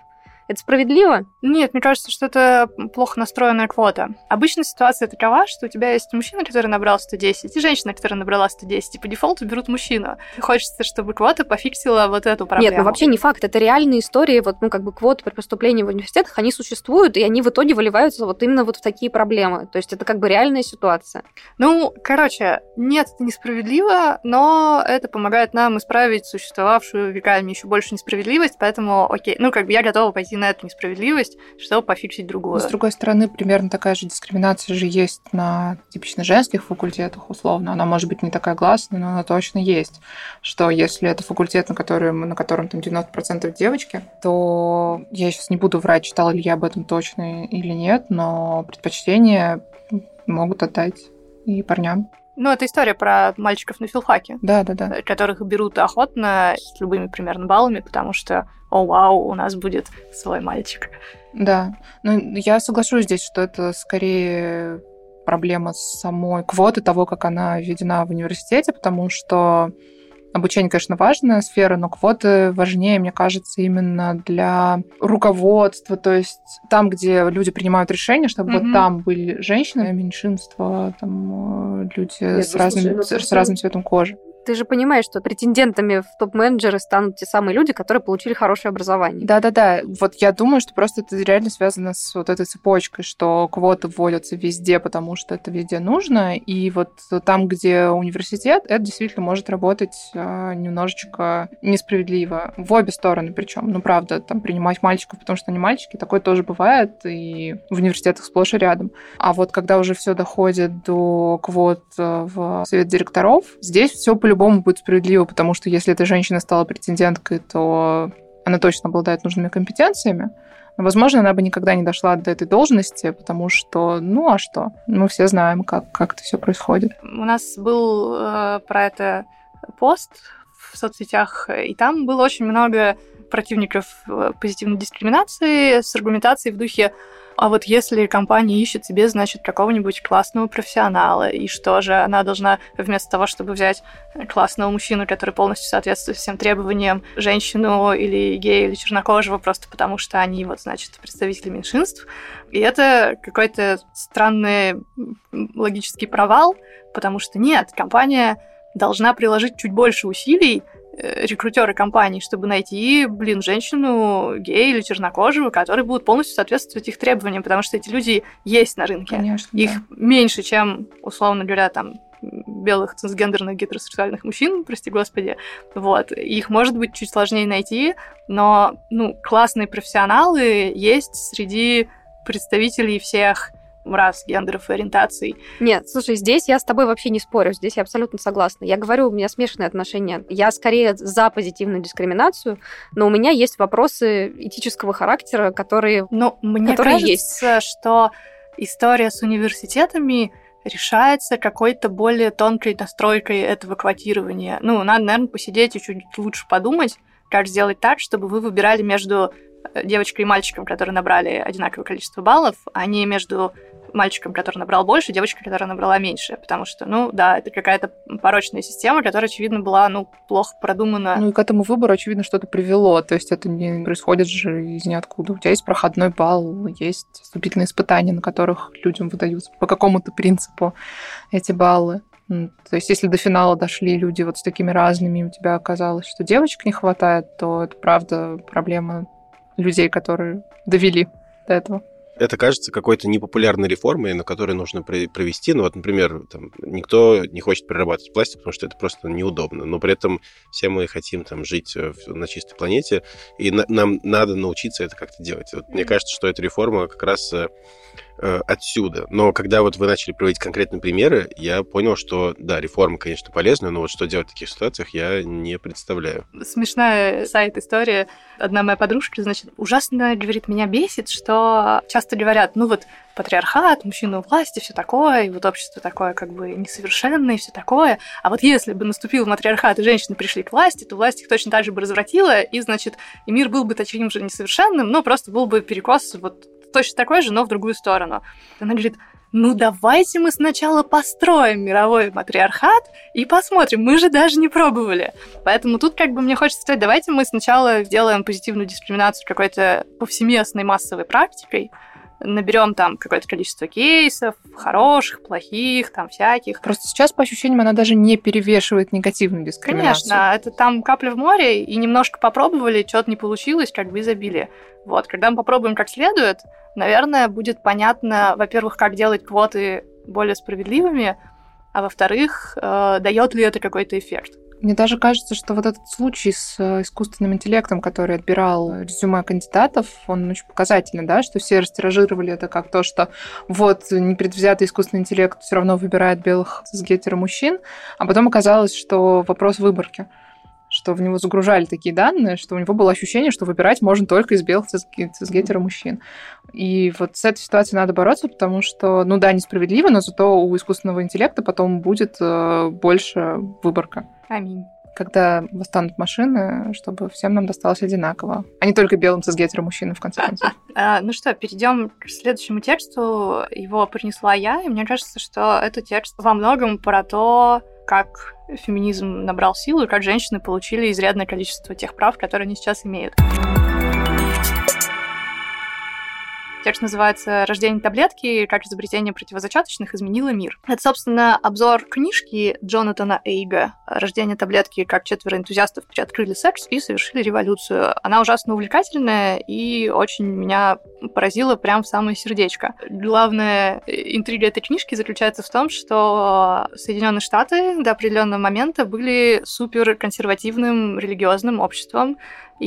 Это справедливо? Нет, мне кажется, что это плохо настроенная квота. Обычно ситуация такова, что у тебя есть мужчина, который набрал сто десять, и женщина, которая набрала сто десять, и по дефолту берут мужчину. Хочется, чтобы квота пофиксила вот эту проблему. Нет, ну вообще не факт. Это реальные истории. Вот, ну, как бы квоты при поступлении в университетах, они существуют, и они в итоге выливаются вот именно вот в такие проблемы. То есть это как бы реальная ситуация. Ну, короче, нет, это несправедливо, но это помогает нам исправить существовавшую веками еще больше несправедливость, поэтому, окей, ну, как бы я готова пойти на эту несправедливость, чтобы пофиксить другую. Но, с другой стороны, примерно такая же дискриминация же есть на типично женских факультетах, условно. Она может быть не такая гласная, но она точно есть. Что если это факультет, на котором, на котором там девяносто процентов девочки, то я сейчас не буду врать, читала ли я об этом точно или нет, но предпочтение могут отдать и парням. Ну, это история про мальчиков на филфаке. Да, да, да. Которых берут охотно с любыми примерно баллами, потому что, о, вау, у нас будет свой мальчик. Да. Ну, я соглашусь здесь, что это скорее проблема самой квоты, того, как она введена в университете, потому что обучение, конечно, важная сфера, но квоты важнее, мне кажется, именно для руководства, то есть там, где люди принимают решения, чтобы mm-hmm. вот там были женщины, меньшинство, там люди Нет, с, разным, слушай, с разным цветом кожи. Ты же понимаешь, что претендентами в топ-менеджеры станут те самые люди, которые получили хорошее образование. Да-да-да. Вот я думаю, что просто это реально связано с вот этой цепочкой, что квоты вводятся везде, потому что это везде нужно. И вот там, где университет, это действительно может работать немножечко несправедливо. В обе стороны причем. Ну, правда, там принимать мальчиков, потому что они мальчики, такое тоже бывает, и в университетах сплошь и рядом. А вот когда уже все доходит до квот в совет директоров, здесь все по по-любому будет справедливо, потому что если эта женщина стала претенденткой, то она точно обладает нужными компетенциями. Но, возможно, она бы никогда не дошла до этой должности, потому что, ну а что? Мы все знаем, как, как это все происходит. У нас был э, про это пост в соцсетях, и там было очень много противников позитивной дискриминации с аргументацией в духе: а вот если компания ищет себе, значит, какого-нибудь классного профессионала, и что же, она должна вместо того, чтобы взять классного мужчину, который полностью соответствует всем требованиям, женщину или гея, или чернокожего, просто потому что они, вот, значит, представители меньшинств. И это какой-то странный логический провал, потому что нет, компания должна приложить чуть больше усилий, рекрутеры компаний, чтобы найти, блин, женщину, гея или чернокожего, которые будут полностью соответствовать их требованиям, потому что эти люди есть на рынке. Конечно, их да. меньше, чем, условно говоря, там, белых цисгендерных гетеросексуальных мужчин, прости господи. Вот. Их может быть чуть сложнее найти, но, ну, классные профессионалы есть среди представителей всех рас, гендеров и ориентаций. Нет, слушай, здесь я с тобой вообще не спорю, здесь я абсолютно согласна. Я говорю, у меня смешанные отношения. Я скорее за позитивную дискриминацию, но у меня есть вопросы этического характера, которые, ну, мне которые кажется, есть. Что история с университетами решается какой-то более тонкой настройкой этого квотирования. Ну, надо, наверное, посидеть и чуть лучше подумать, как сделать так, чтобы вы выбирали между девочкой и мальчиком, которые набрали одинаковое количество баллов, а не между мальчиком, который набрал больше, и девочкой, которая набрала меньше. Потому что, ну, да, это какая-то порочная система, которая, очевидно, была, ну, плохо продумана. Ну, и к этому выбору, очевидно, что-то привело. То есть это не происходит же из ниоткуда. У тебя есть проходной балл, есть вступительные испытания, на которых людям выдаются по какому-то принципу эти баллы. То есть если до финала дошли люди вот с такими разными, и у тебя оказалось, что девочек не хватает, то это, правда, проблема людей, которые довели до этого. Это кажется какой-то непопулярной реформой, на которой нужно провести. Ну вот, например, там, никто не хочет перерабатывать пластик, потому что это просто неудобно. Но при этом все мы хотим там жить на чистой планете, и на- нам надо научиться это как-то делать. Вот, мне кажется, что эта реформа как раз э, отсюда. Но когда вот вы начали приводить конкретные примеры, я понял, что да, реформа, конечно, полезная, но вот что делать в таких ситуациях, я не представляю. Смешная сайт-история. Одна моя подружка, значит, ужасно, говорит, меня бесит, что часто говорят, ну вот патриархат, мужчина у власти, все такое, и вот общество такое как бы несовершенное, и все такое. А вот если бы наступил матриархат, и женщины пришли к власти, то власть их точно так же бы развратила, и, значит, и мир был бы таким же несовершенным, но просто был бы перекос вот точно такой же, но в другую сторону. Она говорит, ну давайте мы сначала построим мировой матриархат и посмотрим, мы же даже не пробовали. Поэтому тут как бы мне хочется сказать, давайте мы сначала сделаем позитивную дискриминацию какой-то повсеместной массовой практикой, наберем там какое-то количество кейсов, хороших, плохих, там всяких. Просто сейчас, по ощущениям, она даже не перевешивает негативную дискриминацию. Конечно, это там капля в море, и немножко попробовали, что-то не получилось, как бы изобилие. Вот, когда мы попробуем как следует, наверное, будет понятно, во-первых, как делать квоты более справедливыми, а во-вторых, э, дает ли это какой-то эффект. Мне даже кажется, что вот этот случай с искусственным интеллектом, который отбирал резюме кандидатов, он очень показательный, да, что все растиражировали это как то, что вот непредвзятый искусственный интеллект все равно выбирает белых цисгетеро-мужчин, а потом оказалось, что вопрос выборки, что в него загружали такие данные, что у него было ощущение, что выбирать можно только из белых цисгетеро-мужчин. И вот с этой ситуацией надо бороться, потому что, ну да, несправедливо, но зато у искусственного интеллекта потом будет больше выборка. Аминь. Когда восстанут машины, чтобы всем нам досталось одинаково, а не только белым цисгетеро-мужчинам, в конце концов. Ну что, перейдем к следующему тексту. Его принесла я, и мне кажется, что этот текст во многом про то, как феминизм набрал силу и как женщины получили изрядное количество тех прав, которые они сейчас имеют. Текст называется «Рождение таблетки. Как изобретение противозачаточных изменило мир». Это, собственно, обзор книжки Джонатана Эйга «Рождение таблетки. Как четверо энтузиастов переоткрыли секс и совершили революцию». Она ужасно увлекательная и очень меня поразила прям в самое сердечко. Главная интрига этой книжки заключается в том, что Соединенные Штаты до определенного момента были суперконсервативным религиозным обществом,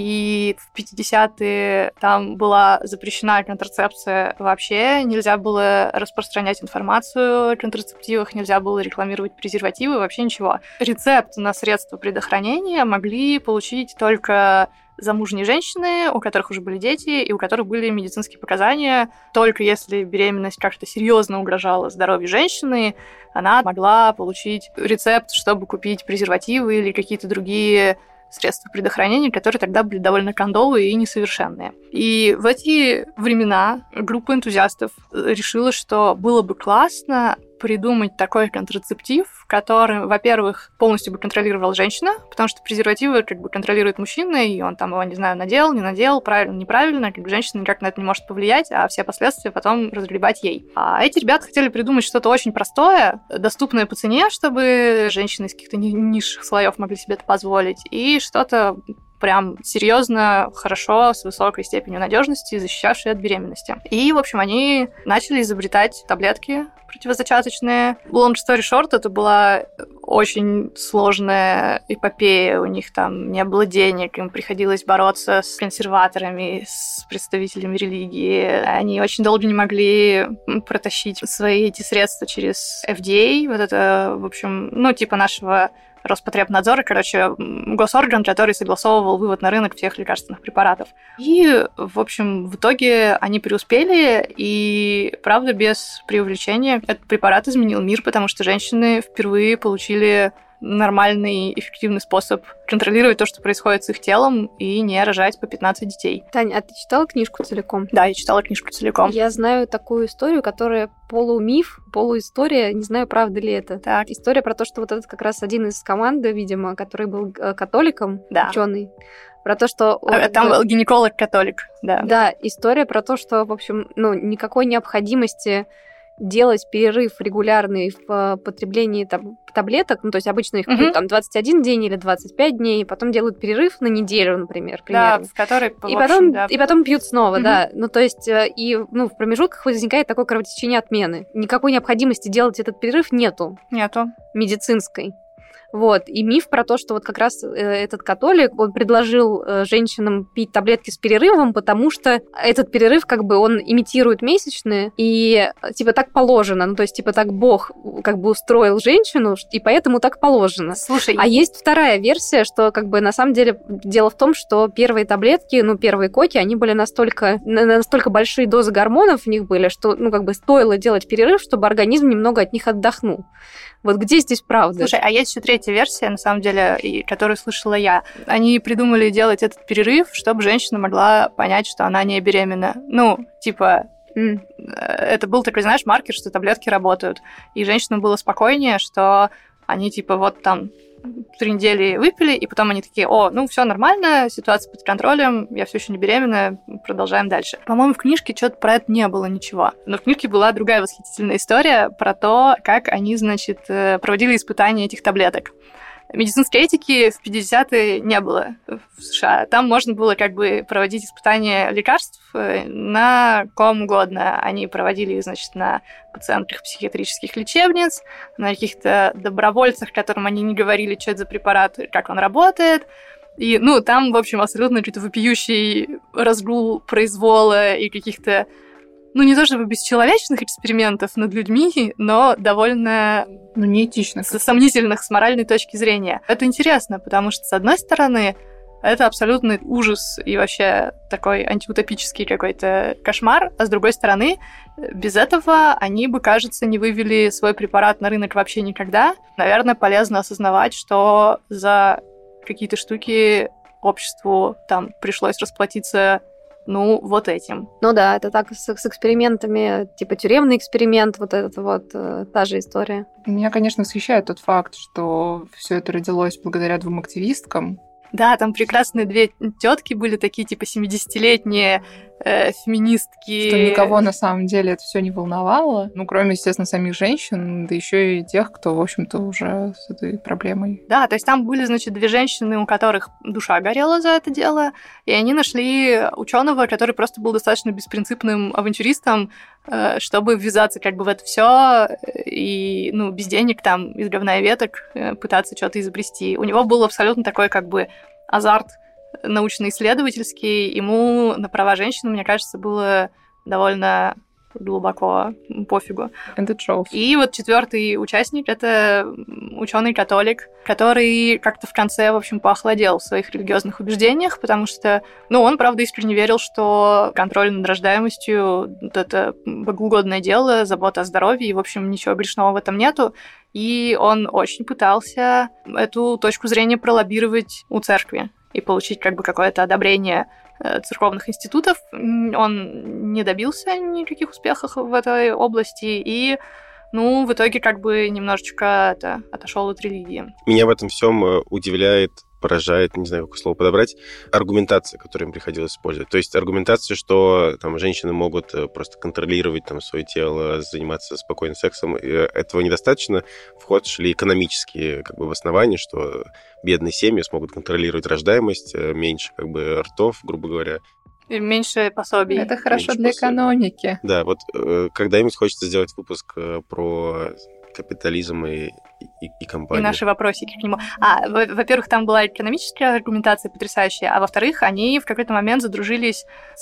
и в пятидесятые там была запрещена контрацепция вообще, нельзя было распространять информацию о контрацептивах, нельзя было рекламировать презервативы, вообще ничего. Рецепт на средства предохранения могли получить только замужние женщины, у которых уже были дети и у которых были медицинские показания. Только если беременность как-то серьезно угрожала здоровью женщины, она могла получить рецепт, чтобы купить презервативы или какие-то другие средства предохранения, которые тогда были довольно кондовые и несовершенные. И в эти времена группа энтузиастов решила, что было бы классно придумать такой контрацептив, который, во-первых, полностью бы контролировал женщина, потому что презервативы как бы контролирует мужчина, и он там его, не знаю, надел, не надел, правильно, неправильно, как бы женщина никак на это не может повлиять, а все последствия потом разгребать ей. А эти ребята хотели придумать что-то очень простое, доступное по цене, чтобы женщины из каких-то низших слоев могли себе это позволить, и что-то прям серьезно, хорошо, с высокой степенью надежности, защищавшие от беременности. И, в общем, они начали изобретать таблетки противозачаточные. Long story short, это была очень сложная эпопея. У них там не было денег, им приходилось бороться с консерваторами, с представителями религии. Они очень долго не могли протащить свои эти средства через эф ди эй. Вот это, в общем, ну, типа нашего Роспотребнадзора, короче, госорган, который согласовывал вывод на рынок всех лекарственных препаратов. И, в общем, в итоге они преуспели, и, правда, без преувеличения, этот препарат изменил мир, потому что женщины впервые получили нормальный, эффективный способ контролировать то, что происходит с их телом, и не рожать по пятнадцать детей. Таня, а ты читала книжку целиком? Да, я читала книжку целиком. Я знаю такую историю, которая полумиф, полуистория, не знаю, правда ли это. Так. История про то, что вот этот как раз один из команды, видимо, который был католиком, да. ученый, про то, что... А, там был гинеколог-католик, да. Да, история про то, что, в общем, ну, никакой необходимости делать перерыв регулярный в потреблении там, таблеток, ну, то есть обычно их пьют uh-huh. там двадцать один день или двадцать пять дней, и потом делают перерыв на неделю, например, примерно. Да, в который... И, в общем, потом, да. и потом пьют снова, uh-huh. да. Ну, то есть, и ну, в промежутках возникает такое кровотечение отмены. Никакой необходимости делать этот перерыв нету. Нету. Медицинской. Вот. И миф про то, что вот как раз этот католик, он предложил женщинам пить таблетки с перерывом, потому что этот перерыв, как бы, он имитирует месячные, и, типа, так положено. Ну, то есть, типа, так Бог, как бы, устроил женщину, и поэтому так положено. Слушай... А есть вторая версия, что, как бы, на самом деле, дело в том, что первые таблетки, ну, первые коки, они были настолько, настолько большие дозы гормонов в них были, что, ну, как бы, стоило делать перерыв, чтобы организм немного от них отдохнул. Вот где здесь правда? Слушай, а есть еще третья версия, на самом деле, и, которую слышала я. Они придумали делать этот перерыв, чтобы женщина могла понять, что она не беременна. Ну, типа, Mm. Это был такой, знаешь, маркер, что таблетки работают. И женщинам было спокойнее, что они типа вот там три недели выпили, и потом они такие: о, ну все нормально, ситуация под контролем, я все еще не беременная, продолжаем дальше. По-моему, в книжке что-то про это не было ничего. Но в книжке была другая восхитительная история про то, как они, значит, проводили испытания этих таблеток. Медицинской этики в пятидесятые не было в США. Там можно было как бы проводить испытания лекарств на ком угодно. Они проводили их, значит, на пациентках психиатрических лечебниц, на каких-то добровольцах, которым они не говорили, что это за препарат, как он работает. И, ну, там, в общем, абсолютно какой-то вопиющий разгул произвола и каких-то, ну, не то чтобы бесчеловечных экспериментов над людьми, но довольно... Ну, неэтичных. Сомнительных с моральной точки зрения. Это интересно, потому что, с одной стороны, это абсолютный ужас и вообще такой антиутопический какой-то кошмар, а с другой стороны, без этого они бы, кажется, не вывели свой препарат на рынок вообще никогда. Наверное, полезно осознавать, что за какие-то штуки обществу там пришлось расплатиться, ну, вот этим. Ну да, это так с, с экспериментами, типа тюремный эксперимент, вот этот вот, э, та же история. Меня, конечно, восхищает тот факт, что все это родилось благодаря двум активисткам. Да, там прекрасные две тетки были, такие типа семидесятилетние э, феминистки. Что никого на самом деле это все не волновало. Ну, кроме, естественно, самих женщин, да еще и тех, кто, в общем-то, уже с этой проблемой. Да, то есть там были, значит, две женщины, у которых душа горела за это дело, и они нашли ученого, который просто был достаточно беспринципным авантюристом, э, чтобы ввязаться как бы в это все и, ну, без денег там, из говна и веток э, пытаться что-то изобрести. У него был абсолютно такой как бы азарт научно-исследовательский. Ему на права женщин, мне кажется, было довольно глубоко пофигу. And it shows. И вот четвертый участник — это ученый-католик, который как-то в конце, в общем, поохладел в своих религиозных убеждениях, потому что, ну, он, правда, искренне верил, что контроль над рождаемостью — это богоугодное дело, забота о здоровье, и, в общем, ничего грешного в этом нету. И он очень пытался эту точку зрения пролоббировать у церкви и получить как бы какое-то одобрение церковных институтов. Он не добился никаких успехов в этой области и, ну, в итоге как бы немножечко это, отошел от религии. Меня в этом всем удивляет, поражает, не знаю, какое слово подобрать, аргументация, которую им приходилось использовать. То есть аргументация, что там женщины могут просто контролировать там свое тело, заниматься спокойным сексом, и этого недостаточно. В ход шли экономические как бы обоснования, что бедные семьи смогут контролировать рождаемость, меньше как бы ртов, грубо говоря. И меньше пособий. Это хорошо Меньше для пособий. экономики. Да, вот когда-нибудь хочется сделать выпуск про капитализм и, и, и компанию. И наши вопросики к нему. А, во-первых, там была экономическая аргументация потрясающая, а во-вторых, они в какой-то момент задружились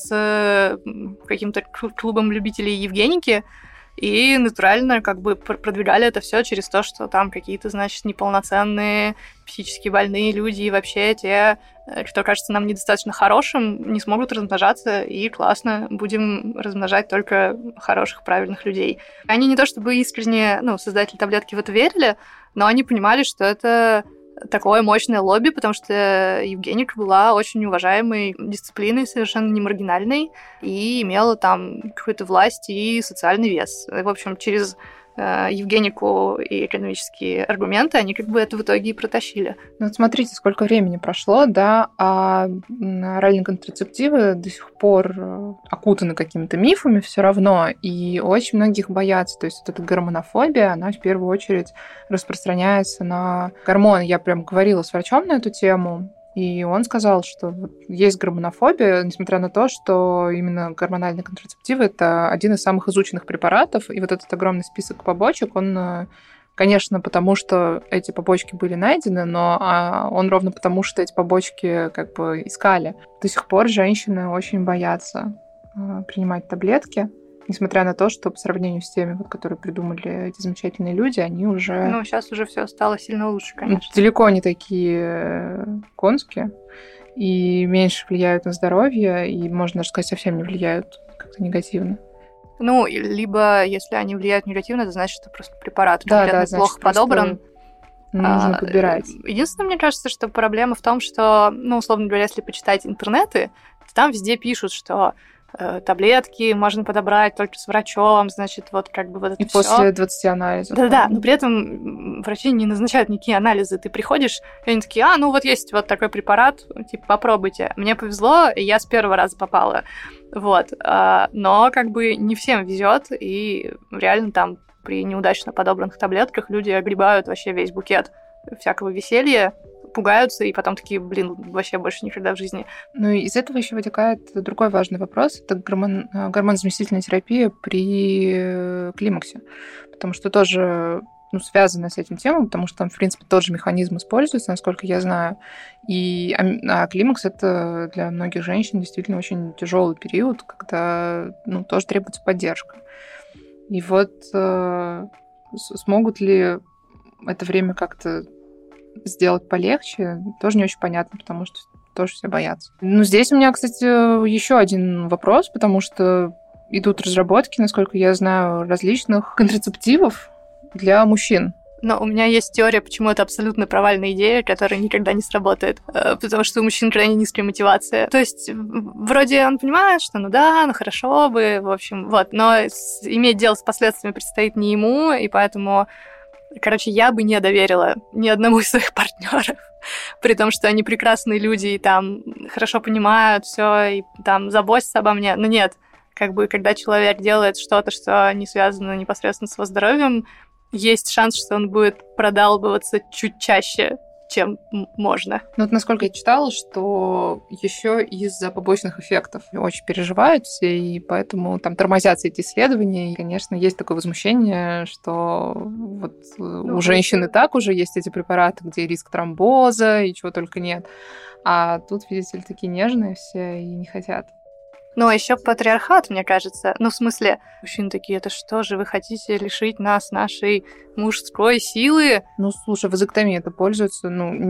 с каким-то клубом любителей Евгеники и натурально как бы продвигали это все через то, что там какие-то, значит, неполноценные психически больные люди и вообще те, кто кажется нам недостаточно хорошим, не смогут размножаться, и классно, будем размножать только хороших, правильных людей. Они не то чтобы искренне, ну, создатели таблетки в это верили, но они понимали, что это такое мощное лобби, потому что Евгеника была очень уважаемой дисциплиной, совершенно не маргинальной, и имела там какую-то власть и социальный вес. В общем, через Евгенику и экономические аргументы, они как бы это в итоге и протащили. Ну, вот смотрите, сколько времени прошло, да, а оральные контрацептивы до сих пор окутаны какими-то мифами все равно, и очень многих боятся. То есть вот эта гормонофобия, она в первую очередь распространяется на гормоны. Я прям говорила с врачом на эту тему, и он сказал, что вот есть гормонофобия, несмотря на то, что именно гормональные контрацептивы — это один из самых изученных препаратов, и вот этот огромный список побочек, он, конечно, потому что эти побочки были найдены, но он ровно потому, что эти побочки как бы искали. До сих пор женщины очень боятся принимать таблетки, несмотря на то, что по сравнению с теми, вот, которые придумали эти замечательные люди, они уже... Ну, сейчас уже все стало сильно лучше, конечно. Далеко не такие конские, и меньше влияют на здоровье, и, можно даже сказать, совсем не влияют как-то негативно. Ну, либо, если они влияют негативно, это значит, что просто препарат да, конкретно да, плохо подобран. Нужно а, подбирать. Единственное, мне кажется, что проблема в том, что, ну, условно говоря, если почитать интернеты, то там везде пишут, что э, таблетки можно подобрать только с врачом, значит, вот как бы вот это и всё. после двадцати анализов. Да-да, но при этом врачи не назначают никакие анализы. Ты приходишь, и они такие, а, ну вот есть вот такой препарат, типа, попробуйте. Мне повезло, и я с первого раза попала. Вот. Но как бы не всем везет, и реально там при неудачно подобранных таблетках люди огребают вообще весь букет всякого веселья, пугаются, и потом такие, блин, вообще больше никогда в жизни. Ну и из этого еще вытекает другой важный вопрос. Это гормон, гормонозаместительная терапия при климаксе. Потому что тоже ну, связано с этим темой, потому что там, в принципе, тот же механизм используется, насколько я знаю. И а климакс — это для многих женщин действительно очень тяжелый период, когда ну, тоже требуется поддержка. И вот э, смогут ли это время как-то сделать полегче, тоже не очень понятно, потому что тоже все боятся. Ну, здесь у меня, кстати, еще один вопрос, потому что идут разработки, насколько я знаю, различных контрацептивов для мужчин. Но у меня есть теория, почему это абсолютно провальная идея, которая никогда не сработает, потому что у мужчин крайне низкая мотивация. То есть вроде он понимает, что ну да, ну хорошо бы, в общем, вот, но иметь дело с последствиями предстоит не ему, и поэтому, короче, я бы не доверила ни одному из своих партнеров, при том, что они прекрасные люди и там хорошо понимают все и там заботятся обо мне, но нет, как бы когда человек делает что-то, что не связано непосредственно с его здоровьем, есть шанс, что он будет продалбываться чуть чаще, чем можно. Ну вот насколько я читала, что еще из-за побочных эффектов очень переживают все, и поэтому там тормозятся эти исследования. И, конечно, есть такое возмущение, что вот ну, у женщин и так уже есть эти препараты, где риск тромбоза и чего только нет. А тут, видите ли, такие нежные все и не хотят. Ну, а еще патриархат, мне кажется. Ну, в смысле, мужчины такие, это что же, вы хотите лишить нас нашей мужской силы? Ну, слушай, вазэктомия это пользуется,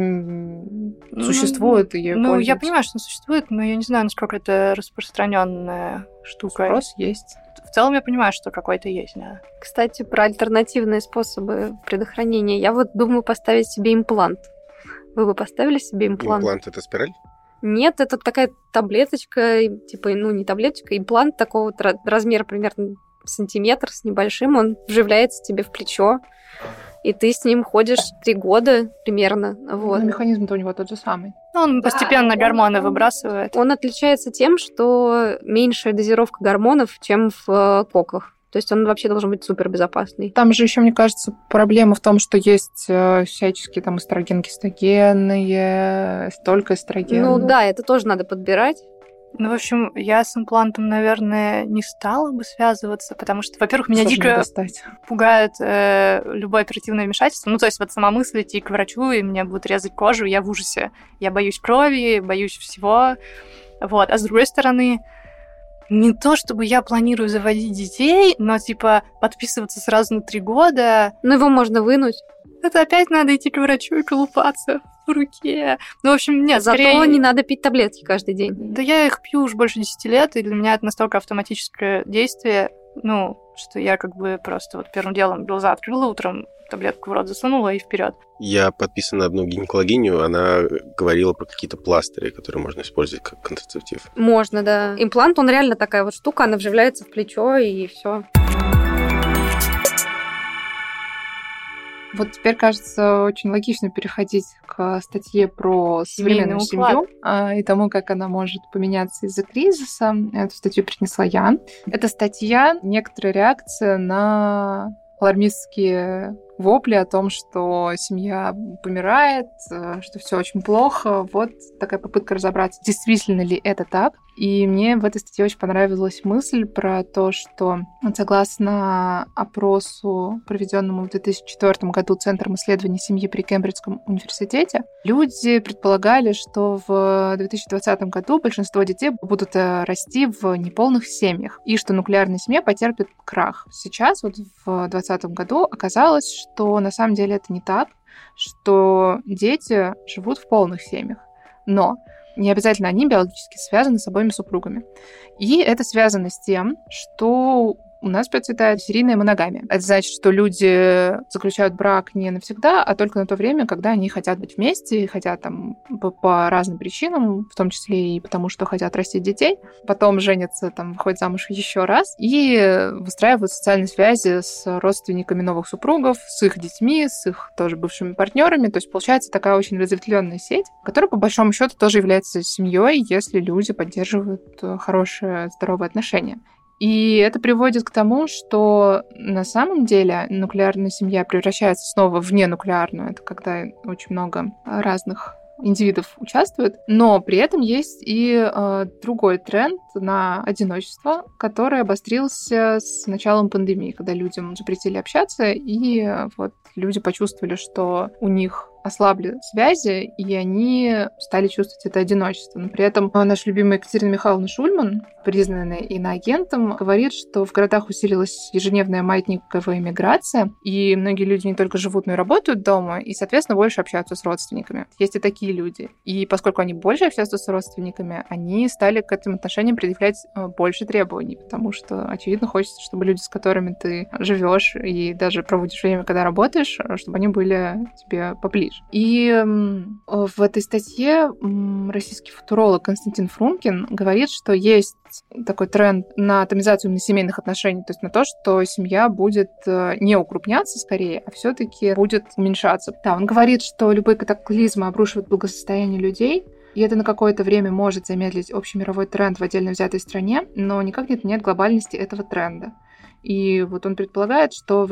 ну, существует ну, и Ну, пользуется. я понимаю, что она существует, но я не знаю, насколько это распространенная штука. Спрос есть. В целом я понимаю, что какой-то есть, да. Кстати, про альтернативные способы предохранения. Я вот думаю поставить себе имплант. Вы бы поставили себе имплант? Имплант — это спираль? Нет, это такая таблеточка, типа, ну, не таблеточка, имплант такого вот размера примерно сантиметр с небольшим, он вживляется тебе в плечо, и ты с ним ходишь три года примерно. Вот. Ну, механизм-то у него тот же самый. Он Да, постепенно он, гормоны он, выбрасывает. Он отличается тем, что меньшая дозировка гормонов, чем в коках. То есть он вообще должен быть супербезопасный. Там же еще, мне кажется, проблема в том, что есть э, всяческие там эстроген, гистогенные, столько эстрогенов. Ну да, это тоже надо подбирать. Ну, в общем, я с имплантом, наверное, не стала бы связываться, потому что, во-первых, меня Сложно дико достать. пугает э, любое оперативное вмешательство. Ну, то есть вот сама мысль идти к врачу, и мне будут резать кожу, я в ужасе. Я боюсь крови, боюсь всего. Вот. А с другой стороны, не то, чтобы я планирую заводить детей, но, типа, подписываться сразу на три года... Ну, его можно вынуть. Это опять надо идти к врачу и колупаться в руке. Ну, в общем, нет, Зато скорее... не надо пить таблетки каждый день. Да я их пью уже больше десяти лет, и для меня это настолько автоматическое действие, ну, что я как бы просто вот первым делом глаза открыла утром, таблетку в рот засунула и вперед. Я подписан на одну гинекологиню, она говорила про какие-то пластыри, которые можно использовать как контрацептив. Можно, да. Имплант, он реально такая вот штука, она вживляется в плечо, и все. Вот теперь, кажется, очень логично переходить к статье про современную семью и тому, как она может поменяться из-за кризиса. Эту статью принесла я. Эта статья — некоторая реакция на алармистские вопли о том, что семья помирает, что все очень плохо. Вот такая попытка разобраться, действительно ли это так. И мне в этой статье очень понравилась мысль про то, что согласно опросу, проведенному в две тысячи четвёртом году Центром исследований семьи при Кембриджском университете, люди предполагали, что в две тысячи двадцатом году большинство детей будут расти в неполных семьях, и что нуклеарная семья потерпит крах. Сейчас, вот в двадцатом году, оказалось, что на самом деле это не так, что дети живут в полных семьях. Но не обязательно они биологически связаны с обоими супругами. И это связано с тем, что у нас процветает серийная моногамия. Это значит, что люди заключают брак не навсегда, а только на то время, когда они хотят быть вместе, хотят там по, по разным причинам, в том числе и потому, что хотят растить детей. Потом женятся, там, выходят замуж еще раз и выстраивают социальные связи с родственниками новых супругов, с их детьми, с их тоже бывшими партнерами. То есть получается такая очень разветвленная сеть, которая, по большому счету, тоже является семьей, если люди поддерживают хорошие, здоровые отношения. И это приводит к тому, что на самом деле нуклеарная семья превращается снова в ненуклеарную. Это когда очень много разных индивидов участвует, но при этом есть и э, другой тренд на одиночество, который обострился с началом пандемии, когда людям запретили общаться, и э, вот люди почувствовали, что у них ослабли связи, и они стали чувствовать это одиночество. Но при этом наша любимая Екатерина Михайловна Шульман, признанная иноагентом, говорит, что в городах усилилась ежедневная маятниковая миграция, и многие люди не только живут, но и работают дома, и, соответственно, больше общаются с родственниками. Есть и такие люди. И поскольку они больше общаются с родственниками, они стали к этим отношениям предъявлять больше требований, потому что, очевидно, хочется, чтобы люди, с которыми ты живешь и даже проводишь время, когда работаешь, чтобы они были тебе поближе. И в этой статье российский футуролог Константин Фрумкин говорит, что есть такой тренд на атомизацию именно семейных отношений, то есть на то, что семья будет не укрупняться скорее, а все-таки будет уменьшаться. Да, он говорит, что любые катаклизмы обрушивают благосостояние людей, и это на какое-то время может замедлить общемировой тренд в отдельно взятой стране, но никак не отменяет глобальности этого тренда. И вот он предполагает, что в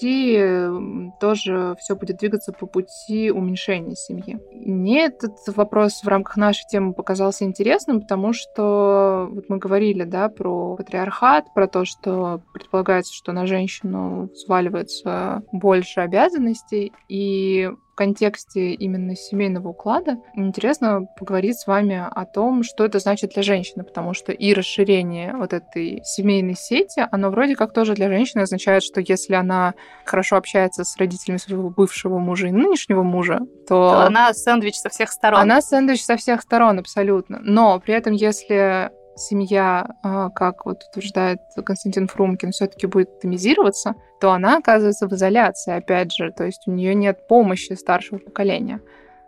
России тоже все будет двигаться по пути уменьшения семьи. Мне этот вопрос в рамках нашей темы показался интересным, потому что вот мы говорили, да, про патриархат, про то, что предполагается, что на женщину сваливается больше обязанностей, и в контексте именно семейного уклада интересно поговорить с вами о том, что это значит для женщины, потому что и расширение вот этой семейной сети, оно вроде как тоже для женщины означает, что если она хорошо общается с родителями своего бывшего мужа и нынешнего мужа, то... то она сэндвич со всех сторон. Она сэндвич со всех сторон, абсолютно. Но при этом, если семья, как вот утверждает Константин Фрумкин, все-таки будет атомизироваться, то она оказывается в изоляции, опять же, то есть у нее нет помощи старшего поколения.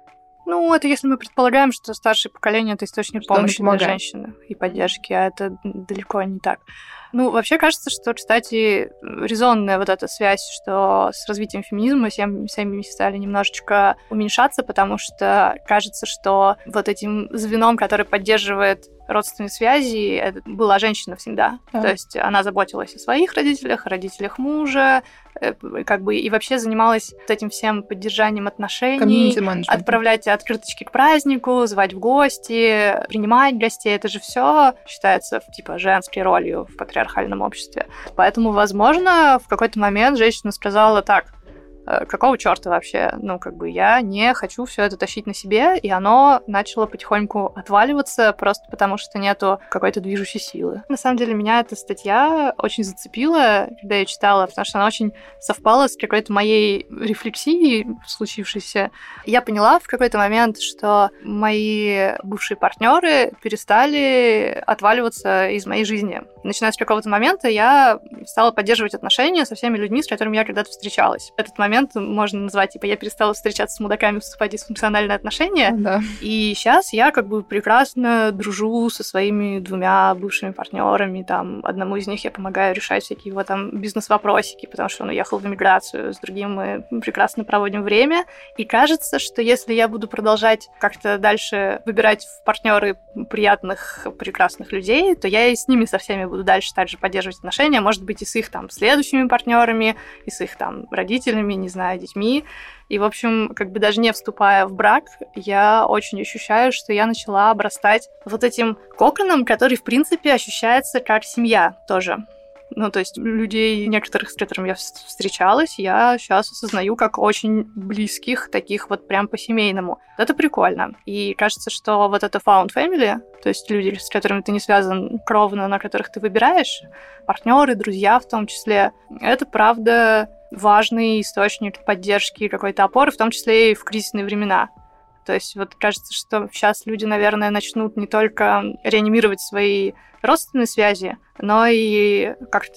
Ну, это если мы предполагаем, что старшее поколение — это источник что помощи для женщины и поддержки, а это далеко не так. Ну, вообще кажется, что, кстати, резонная вот эта связь, что с развитием феминизма семьи стали немножечко уменьшаться, потому что кажется, что вот этим звеном, который поддерживает родственные связи, это была женщина всегда. Да. То есть она заботилась о своих родителях, о родителях мужа, как бы и вообще занималась вот этим всем поддержанием отношений, отправлять открыточки к празднику, звать в гости, принимать гостей. Это же все считается типа женской ролью в патриархальном обществе. Поэтому, возможно, в какой-то момент женщина сказала: так, какого черта вообще? Ну, как бы я не хочу все это тащить на себе, и оно начало потихоньку отваливаться просто потому, что нету какой-то движущей силы. На самом деле, меня эта статья очень зацепила, когда я читала, потому что она очень совпала с какой-то моей рефлексией случившейся. Я поняла в какой-то момент, что мои бывшие партнеры перестали отваливаться из моей жизни. Начиная с какого-то момента я стала поддерживать отношения со всеми людьми, с которыми я когда-то встречалась. Этот момент можно назвать, типа, я перестала встречаться с мудаками, вступать в дисфункциональные отношения. Да. И сейчас я как бы прекрасно дружу со своими двумя бывшими партнерами. Там, одному из них я помогаю решать всякие его там бизнес-вопросики, потому что он уехал в эмиграцию. С другим мы прекрасно проводим время. И кажется, что если я буду продолжать как-то дальше выбирать в партнеры приятных, прекрасных людей, то я и с ними со всеми буду дальше также поддерживать отношения. Может быть, и с их там следующими партнерами, и с их там родителями, не знаю, детьми. И, в общем, как бы даже не вступая в брак, я очень ощущаю, что я начала обрастать вот этим коконом, который, в принципе, ощущается как семья тоже. Ну, то есть людей некоторых, с которыми я встречалась, я сейчас осознаю как очень близких, таких вот прям по-семейному. Это прикольно. И кажется, что вот это found family, то есть люди, с которыми ты не связан кровно, на которых ты выбираешь, партнеры, друзья в том числе, это, правда, важный источник поддержки и какой-то опоры, в том числе и в кризисные времена. То есть вот кажется, что сейчас люди, наверное, начнут не только реанимировать свои родственные связи, но и как-то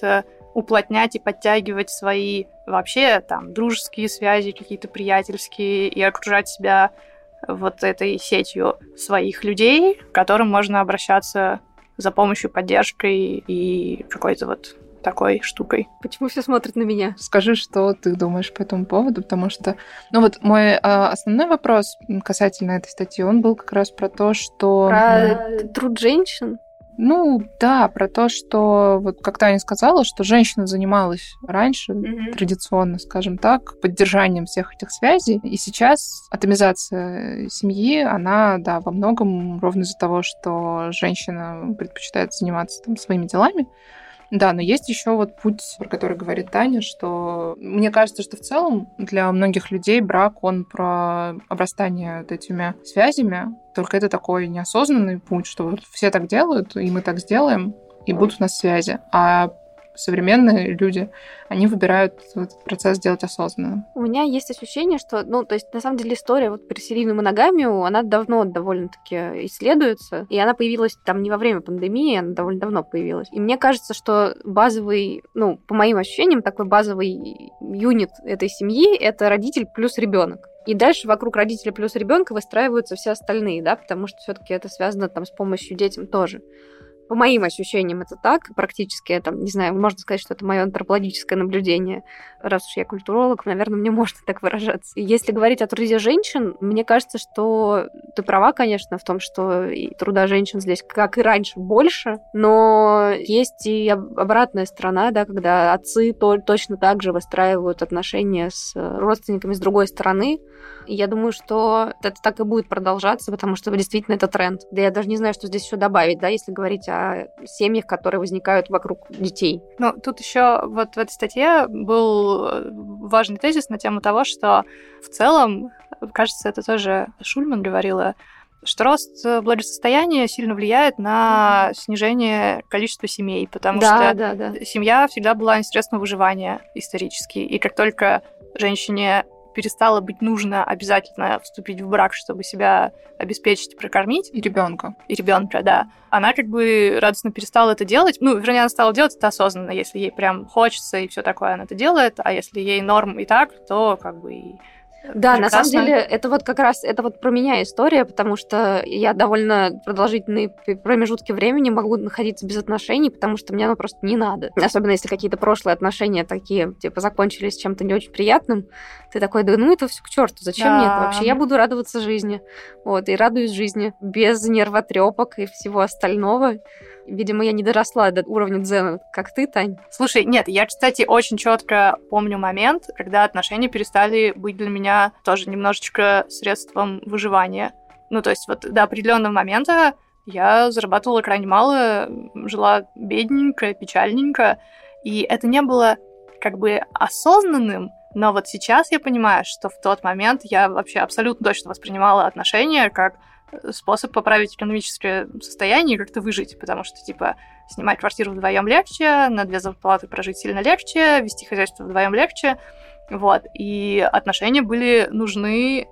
уплотнять и подтягивать свои вообще там дружеские связи, какие-то приятельские, и окружать себя вот этой сетью своих людей, к которым можно обращаться за помощью, поддержкой и какой-то вот такой штукой. Почему все смотрят на меня? Скажи, что ты думаешь по этому поводу, потому что... Ну вот мой а, основной вопрос касательно этой статьи, он был как раз про то, что... Про труд женщин? Ну, да, про то, что, вот как Таня сказала, что женщина занималась раньше, mm-hmm. традиционно, скажем так, поддержанием всех этих связей, и сейчас атомизация семьи, она, да, во многом ровно из-за того, что женщина предпочитает заниматься там своими делами. Да, но есть еще вот путь, про который говорит Таня, что мне кажется, что в целом для многих людей брак, он про обрастание вот этими связями, только это такой неосознанный путь, что вот все так делают, и мы так сделаем, и будут у нас связи. А современные люди, они выбирают этот процесс делать осознанно. У меня есть ощущение, что, ну, то есть, на самом деле, история вот про серийную моногамию, она давно довольно-таки исследуется, и она появилась там не во время пандемии, она довольно давно появилась. И мне кажется, что базовый, ну, по моим ощущениям, такой базовый юнит этой семьи — это родитель плюс ребенок. И дальше вокруг родителя плюс ребенка выстраиваются все остальные, да, потому что все-таки это связано там с помощью детям тоже. По моим ощущениям это так, практически, это, не знаю, можно сказать, что это мое антропологическое наблюдение. Раз уж я культуролог, наверное, мне можно так выражаться. И если говорить о труде женщин, мне кажется, что ты права, конечно, в том, что и труда женщин здесь, как и раньше, больше, но есть и обратная сторона, да, когда отцы то, точно так же выстраивают отношения с родственниками с другой стороны. И я думаю, что это так и будет продолжаться, потому что действительно это тренд. Да я даже не знаю, что здесь еще добавить, да, если говорить о семьях, которые возникают вокруг детей. Ну, тут еще вот в этой статье был важный тезис на тему того, что в целом, кажется, это тоже Шульман говорила, что рост благосостояния сильно влияет на снижение количества семей, потому да, что да, да. семья всегда была средством выживания исторически. И как только женщине перестало быть нужно обязательно вступить в брак, чтобы себя обеспечить, прокормить. И ребенка. И ребенка, да. Она как бы радостно перестала это делать. Ну, вернее, она стала делать это осознанно. Если ей прям хочется и все такое, она это делает. А если ей норм и так, то как бы и да, прекрасно. На самом деле, это вот как раз, это вот про меня история, потому что я довольно продолжительные промежутки времени могу находиться без отношений, потому что мне оно просто не надо. Особенно если какие-то прошлые отношения такие, типа, закончились чем-то не очень приятным, ты такой, да ну это все к черту, зачем да. мне это вообще? Я буду радоваться жизни. Вот, и радуюсь жизни без нервотрепок и всего остального. Видимо, я не доросла до уровня дзена, как ты, Тань. Слушай, нет, я, кстати, очень четко помню момент, когда отношения перестали быть для меня тоже немножечко средством выживания. Ну, то есть вот до определенного момента я зарабатывала крайне мало, жила бедненько, печальненько, и это не было как бы осознанным, но вот сейчас я понимаю, что в тот момент я вообще абсолютно точно воспринимала отношения как способ поправить экономическое состояние и как-то выжить, потому что, типа, снимать квартиру вдвоем легче, на две зарплаты прожить сильно легче, вести хозяйство вдвоем легче, вот, и отношения были нужны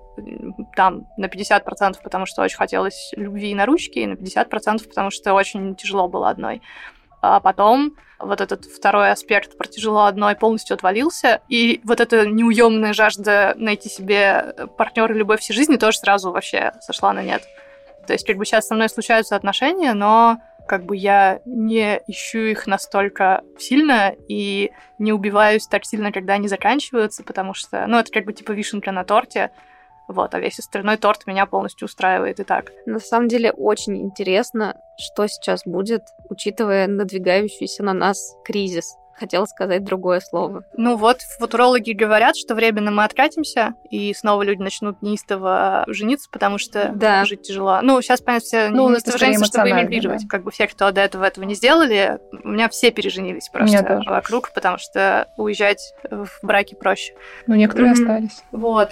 там на пятьдесят процентов, потому что очень хотелось любви на ручки, и на пятьдесят процентов, потому что очень тяжело было одной. А потом вот этот второй аспект про тяжело одной полностью отвалился, и вот эта неуемная жажда найти себе партнера и любовь всей жизни тоже сразу вообще сошла на нет. То есть как бы сейчас со мной случаются отношения, но как бы я не ищу их настолько сильно и не убиваюсь так сильно, когда они заканчиваются, потому что, ну, это как бы типа вишенка на торте. Вот, а весь остальной торт меня полностью устраивает и так. На самом деле очень интересно, что сейчас будет, учитывая надвигающийся на нас кризис. Хотела сказать другое слово. Ну вот, футурологи говорят, что временно мы откатимся, и снова люди начнут неистово жениться, потому что да. жить тяжело. Ну, сейчас, понятно, все ну, неистово женятся, чтобы эмигрировать. Да. Как бы все, кто до этого этого не сделали, у меня все переженились просто вокруг, потому что уезжать в браке проще. Ну, некоторые mm-hmm. остались. Вот,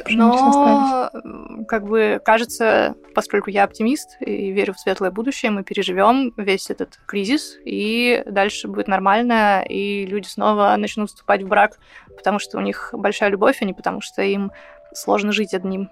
но как бы кажется, поскольку я оптимист и верю в светлое будущее, мы переживем весь этот кризис, и дальше будет нормально, и люди люди снова начнут вступать в брак, потому что у них большая любовь, а не потому что им сложно жить одним.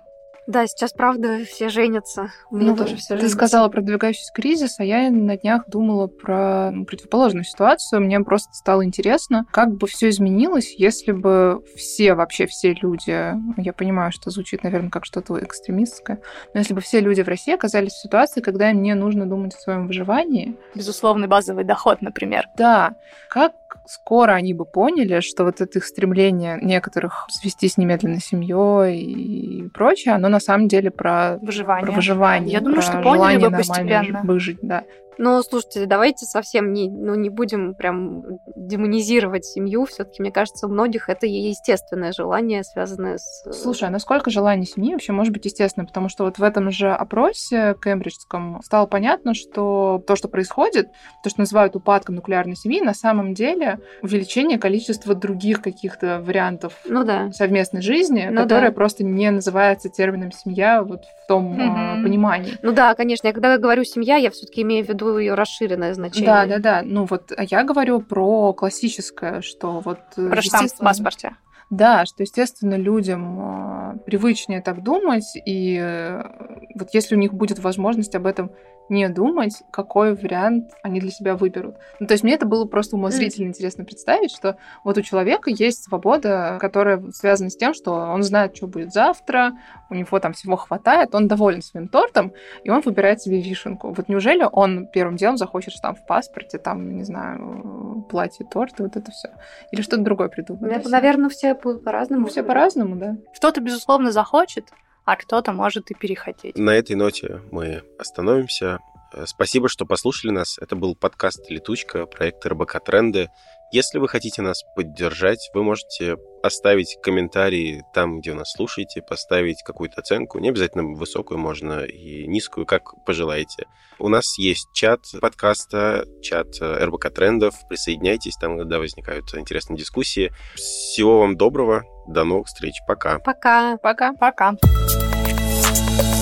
Да, сейчас, правда, все женятся. У меня Ну, тоже все ты женятся. сказала про надвигающийся кризис, а я на днях думала про ну, противоположную ситуацию. Мне просто стало интересно, как бы все изменилось, если бы все, вообще все люди, я понимаю, что звучит, наверное, как что-то экстремистское, но если бы все люди в России оказались в ситуации, когда им не нужно думать о своем выживании. Безусловный базовый доход, например. Да, как скоро они бы поняли, что вот это их стремление некоторых свестись немедленно с семьей и прочее, оно на самом деле про Выживание. про выживание. Я думаю, про что поняли желание бы нормально постепенно. выжить, да. Ну, слушайте, давайте совсем не, ну, не будем прям демонизировать семью. Все-таки, мне кажется, у многих это естественное желание, связанное с... Слушай, а насколько желание семьи вообще может быть естественно? Потому что вот в этом же опросе кембриджском стало понятно, что то, что происходит, то, что называют упадком нуклеарной семьи, на самом деле увеличение количества других каких-то вариантов ну, да. совместной жизни, ну, которая да. просто не называется термином «семья» вот в том Mm-hmm. э, понимании. Ну да, конечно. Я когда говорю «семья», я все-таки имею в виду ее расширенное значение. Да, да, да. Ну вот я говорю про классическое, что вот... Про штамп в паспорте. Да, что, естественно, людям э, привычнее так думать, и э, вот если у них будет возможность об этом не думать, какой вариант они для себя выберут. Ну, то есть мне это было просто умозрительно mm. интересно представить, что вот у человека есть свобода, которая связана с тем, что он знает, что будет завтра, у него там всего хватает, он доволен своим тортом, и он выбирает себе вишенку. Вот неужели он первым делом захочет штамп в паспорте, там, не знаю, платье, торт, и вот это все? Или что-то другое придумать? Наверное, все по-разному. Все по-разному, да. Кто-то, безусловно, захочет, а кто-то может и перехотеть. На этой ноте мы остановимся. Спасибо, что послушали нас. Это был подкаст «Летучка», проект эр бэ ка Тренды. Если вы хотите нас поддержать, вы можете оставить комментарии там, где вы нас слушаете, поставить какую-то оценку. Не обязательно высокую, можно и низкую, как пожелаете. У нас есть чат подкаста, чат эр бэ ка Трендов. Присоединяйтесь, там иногда возникают интересные дискуссии. Всего вам доброго. До новых встреч. Пока. Пока. Пока. Пока.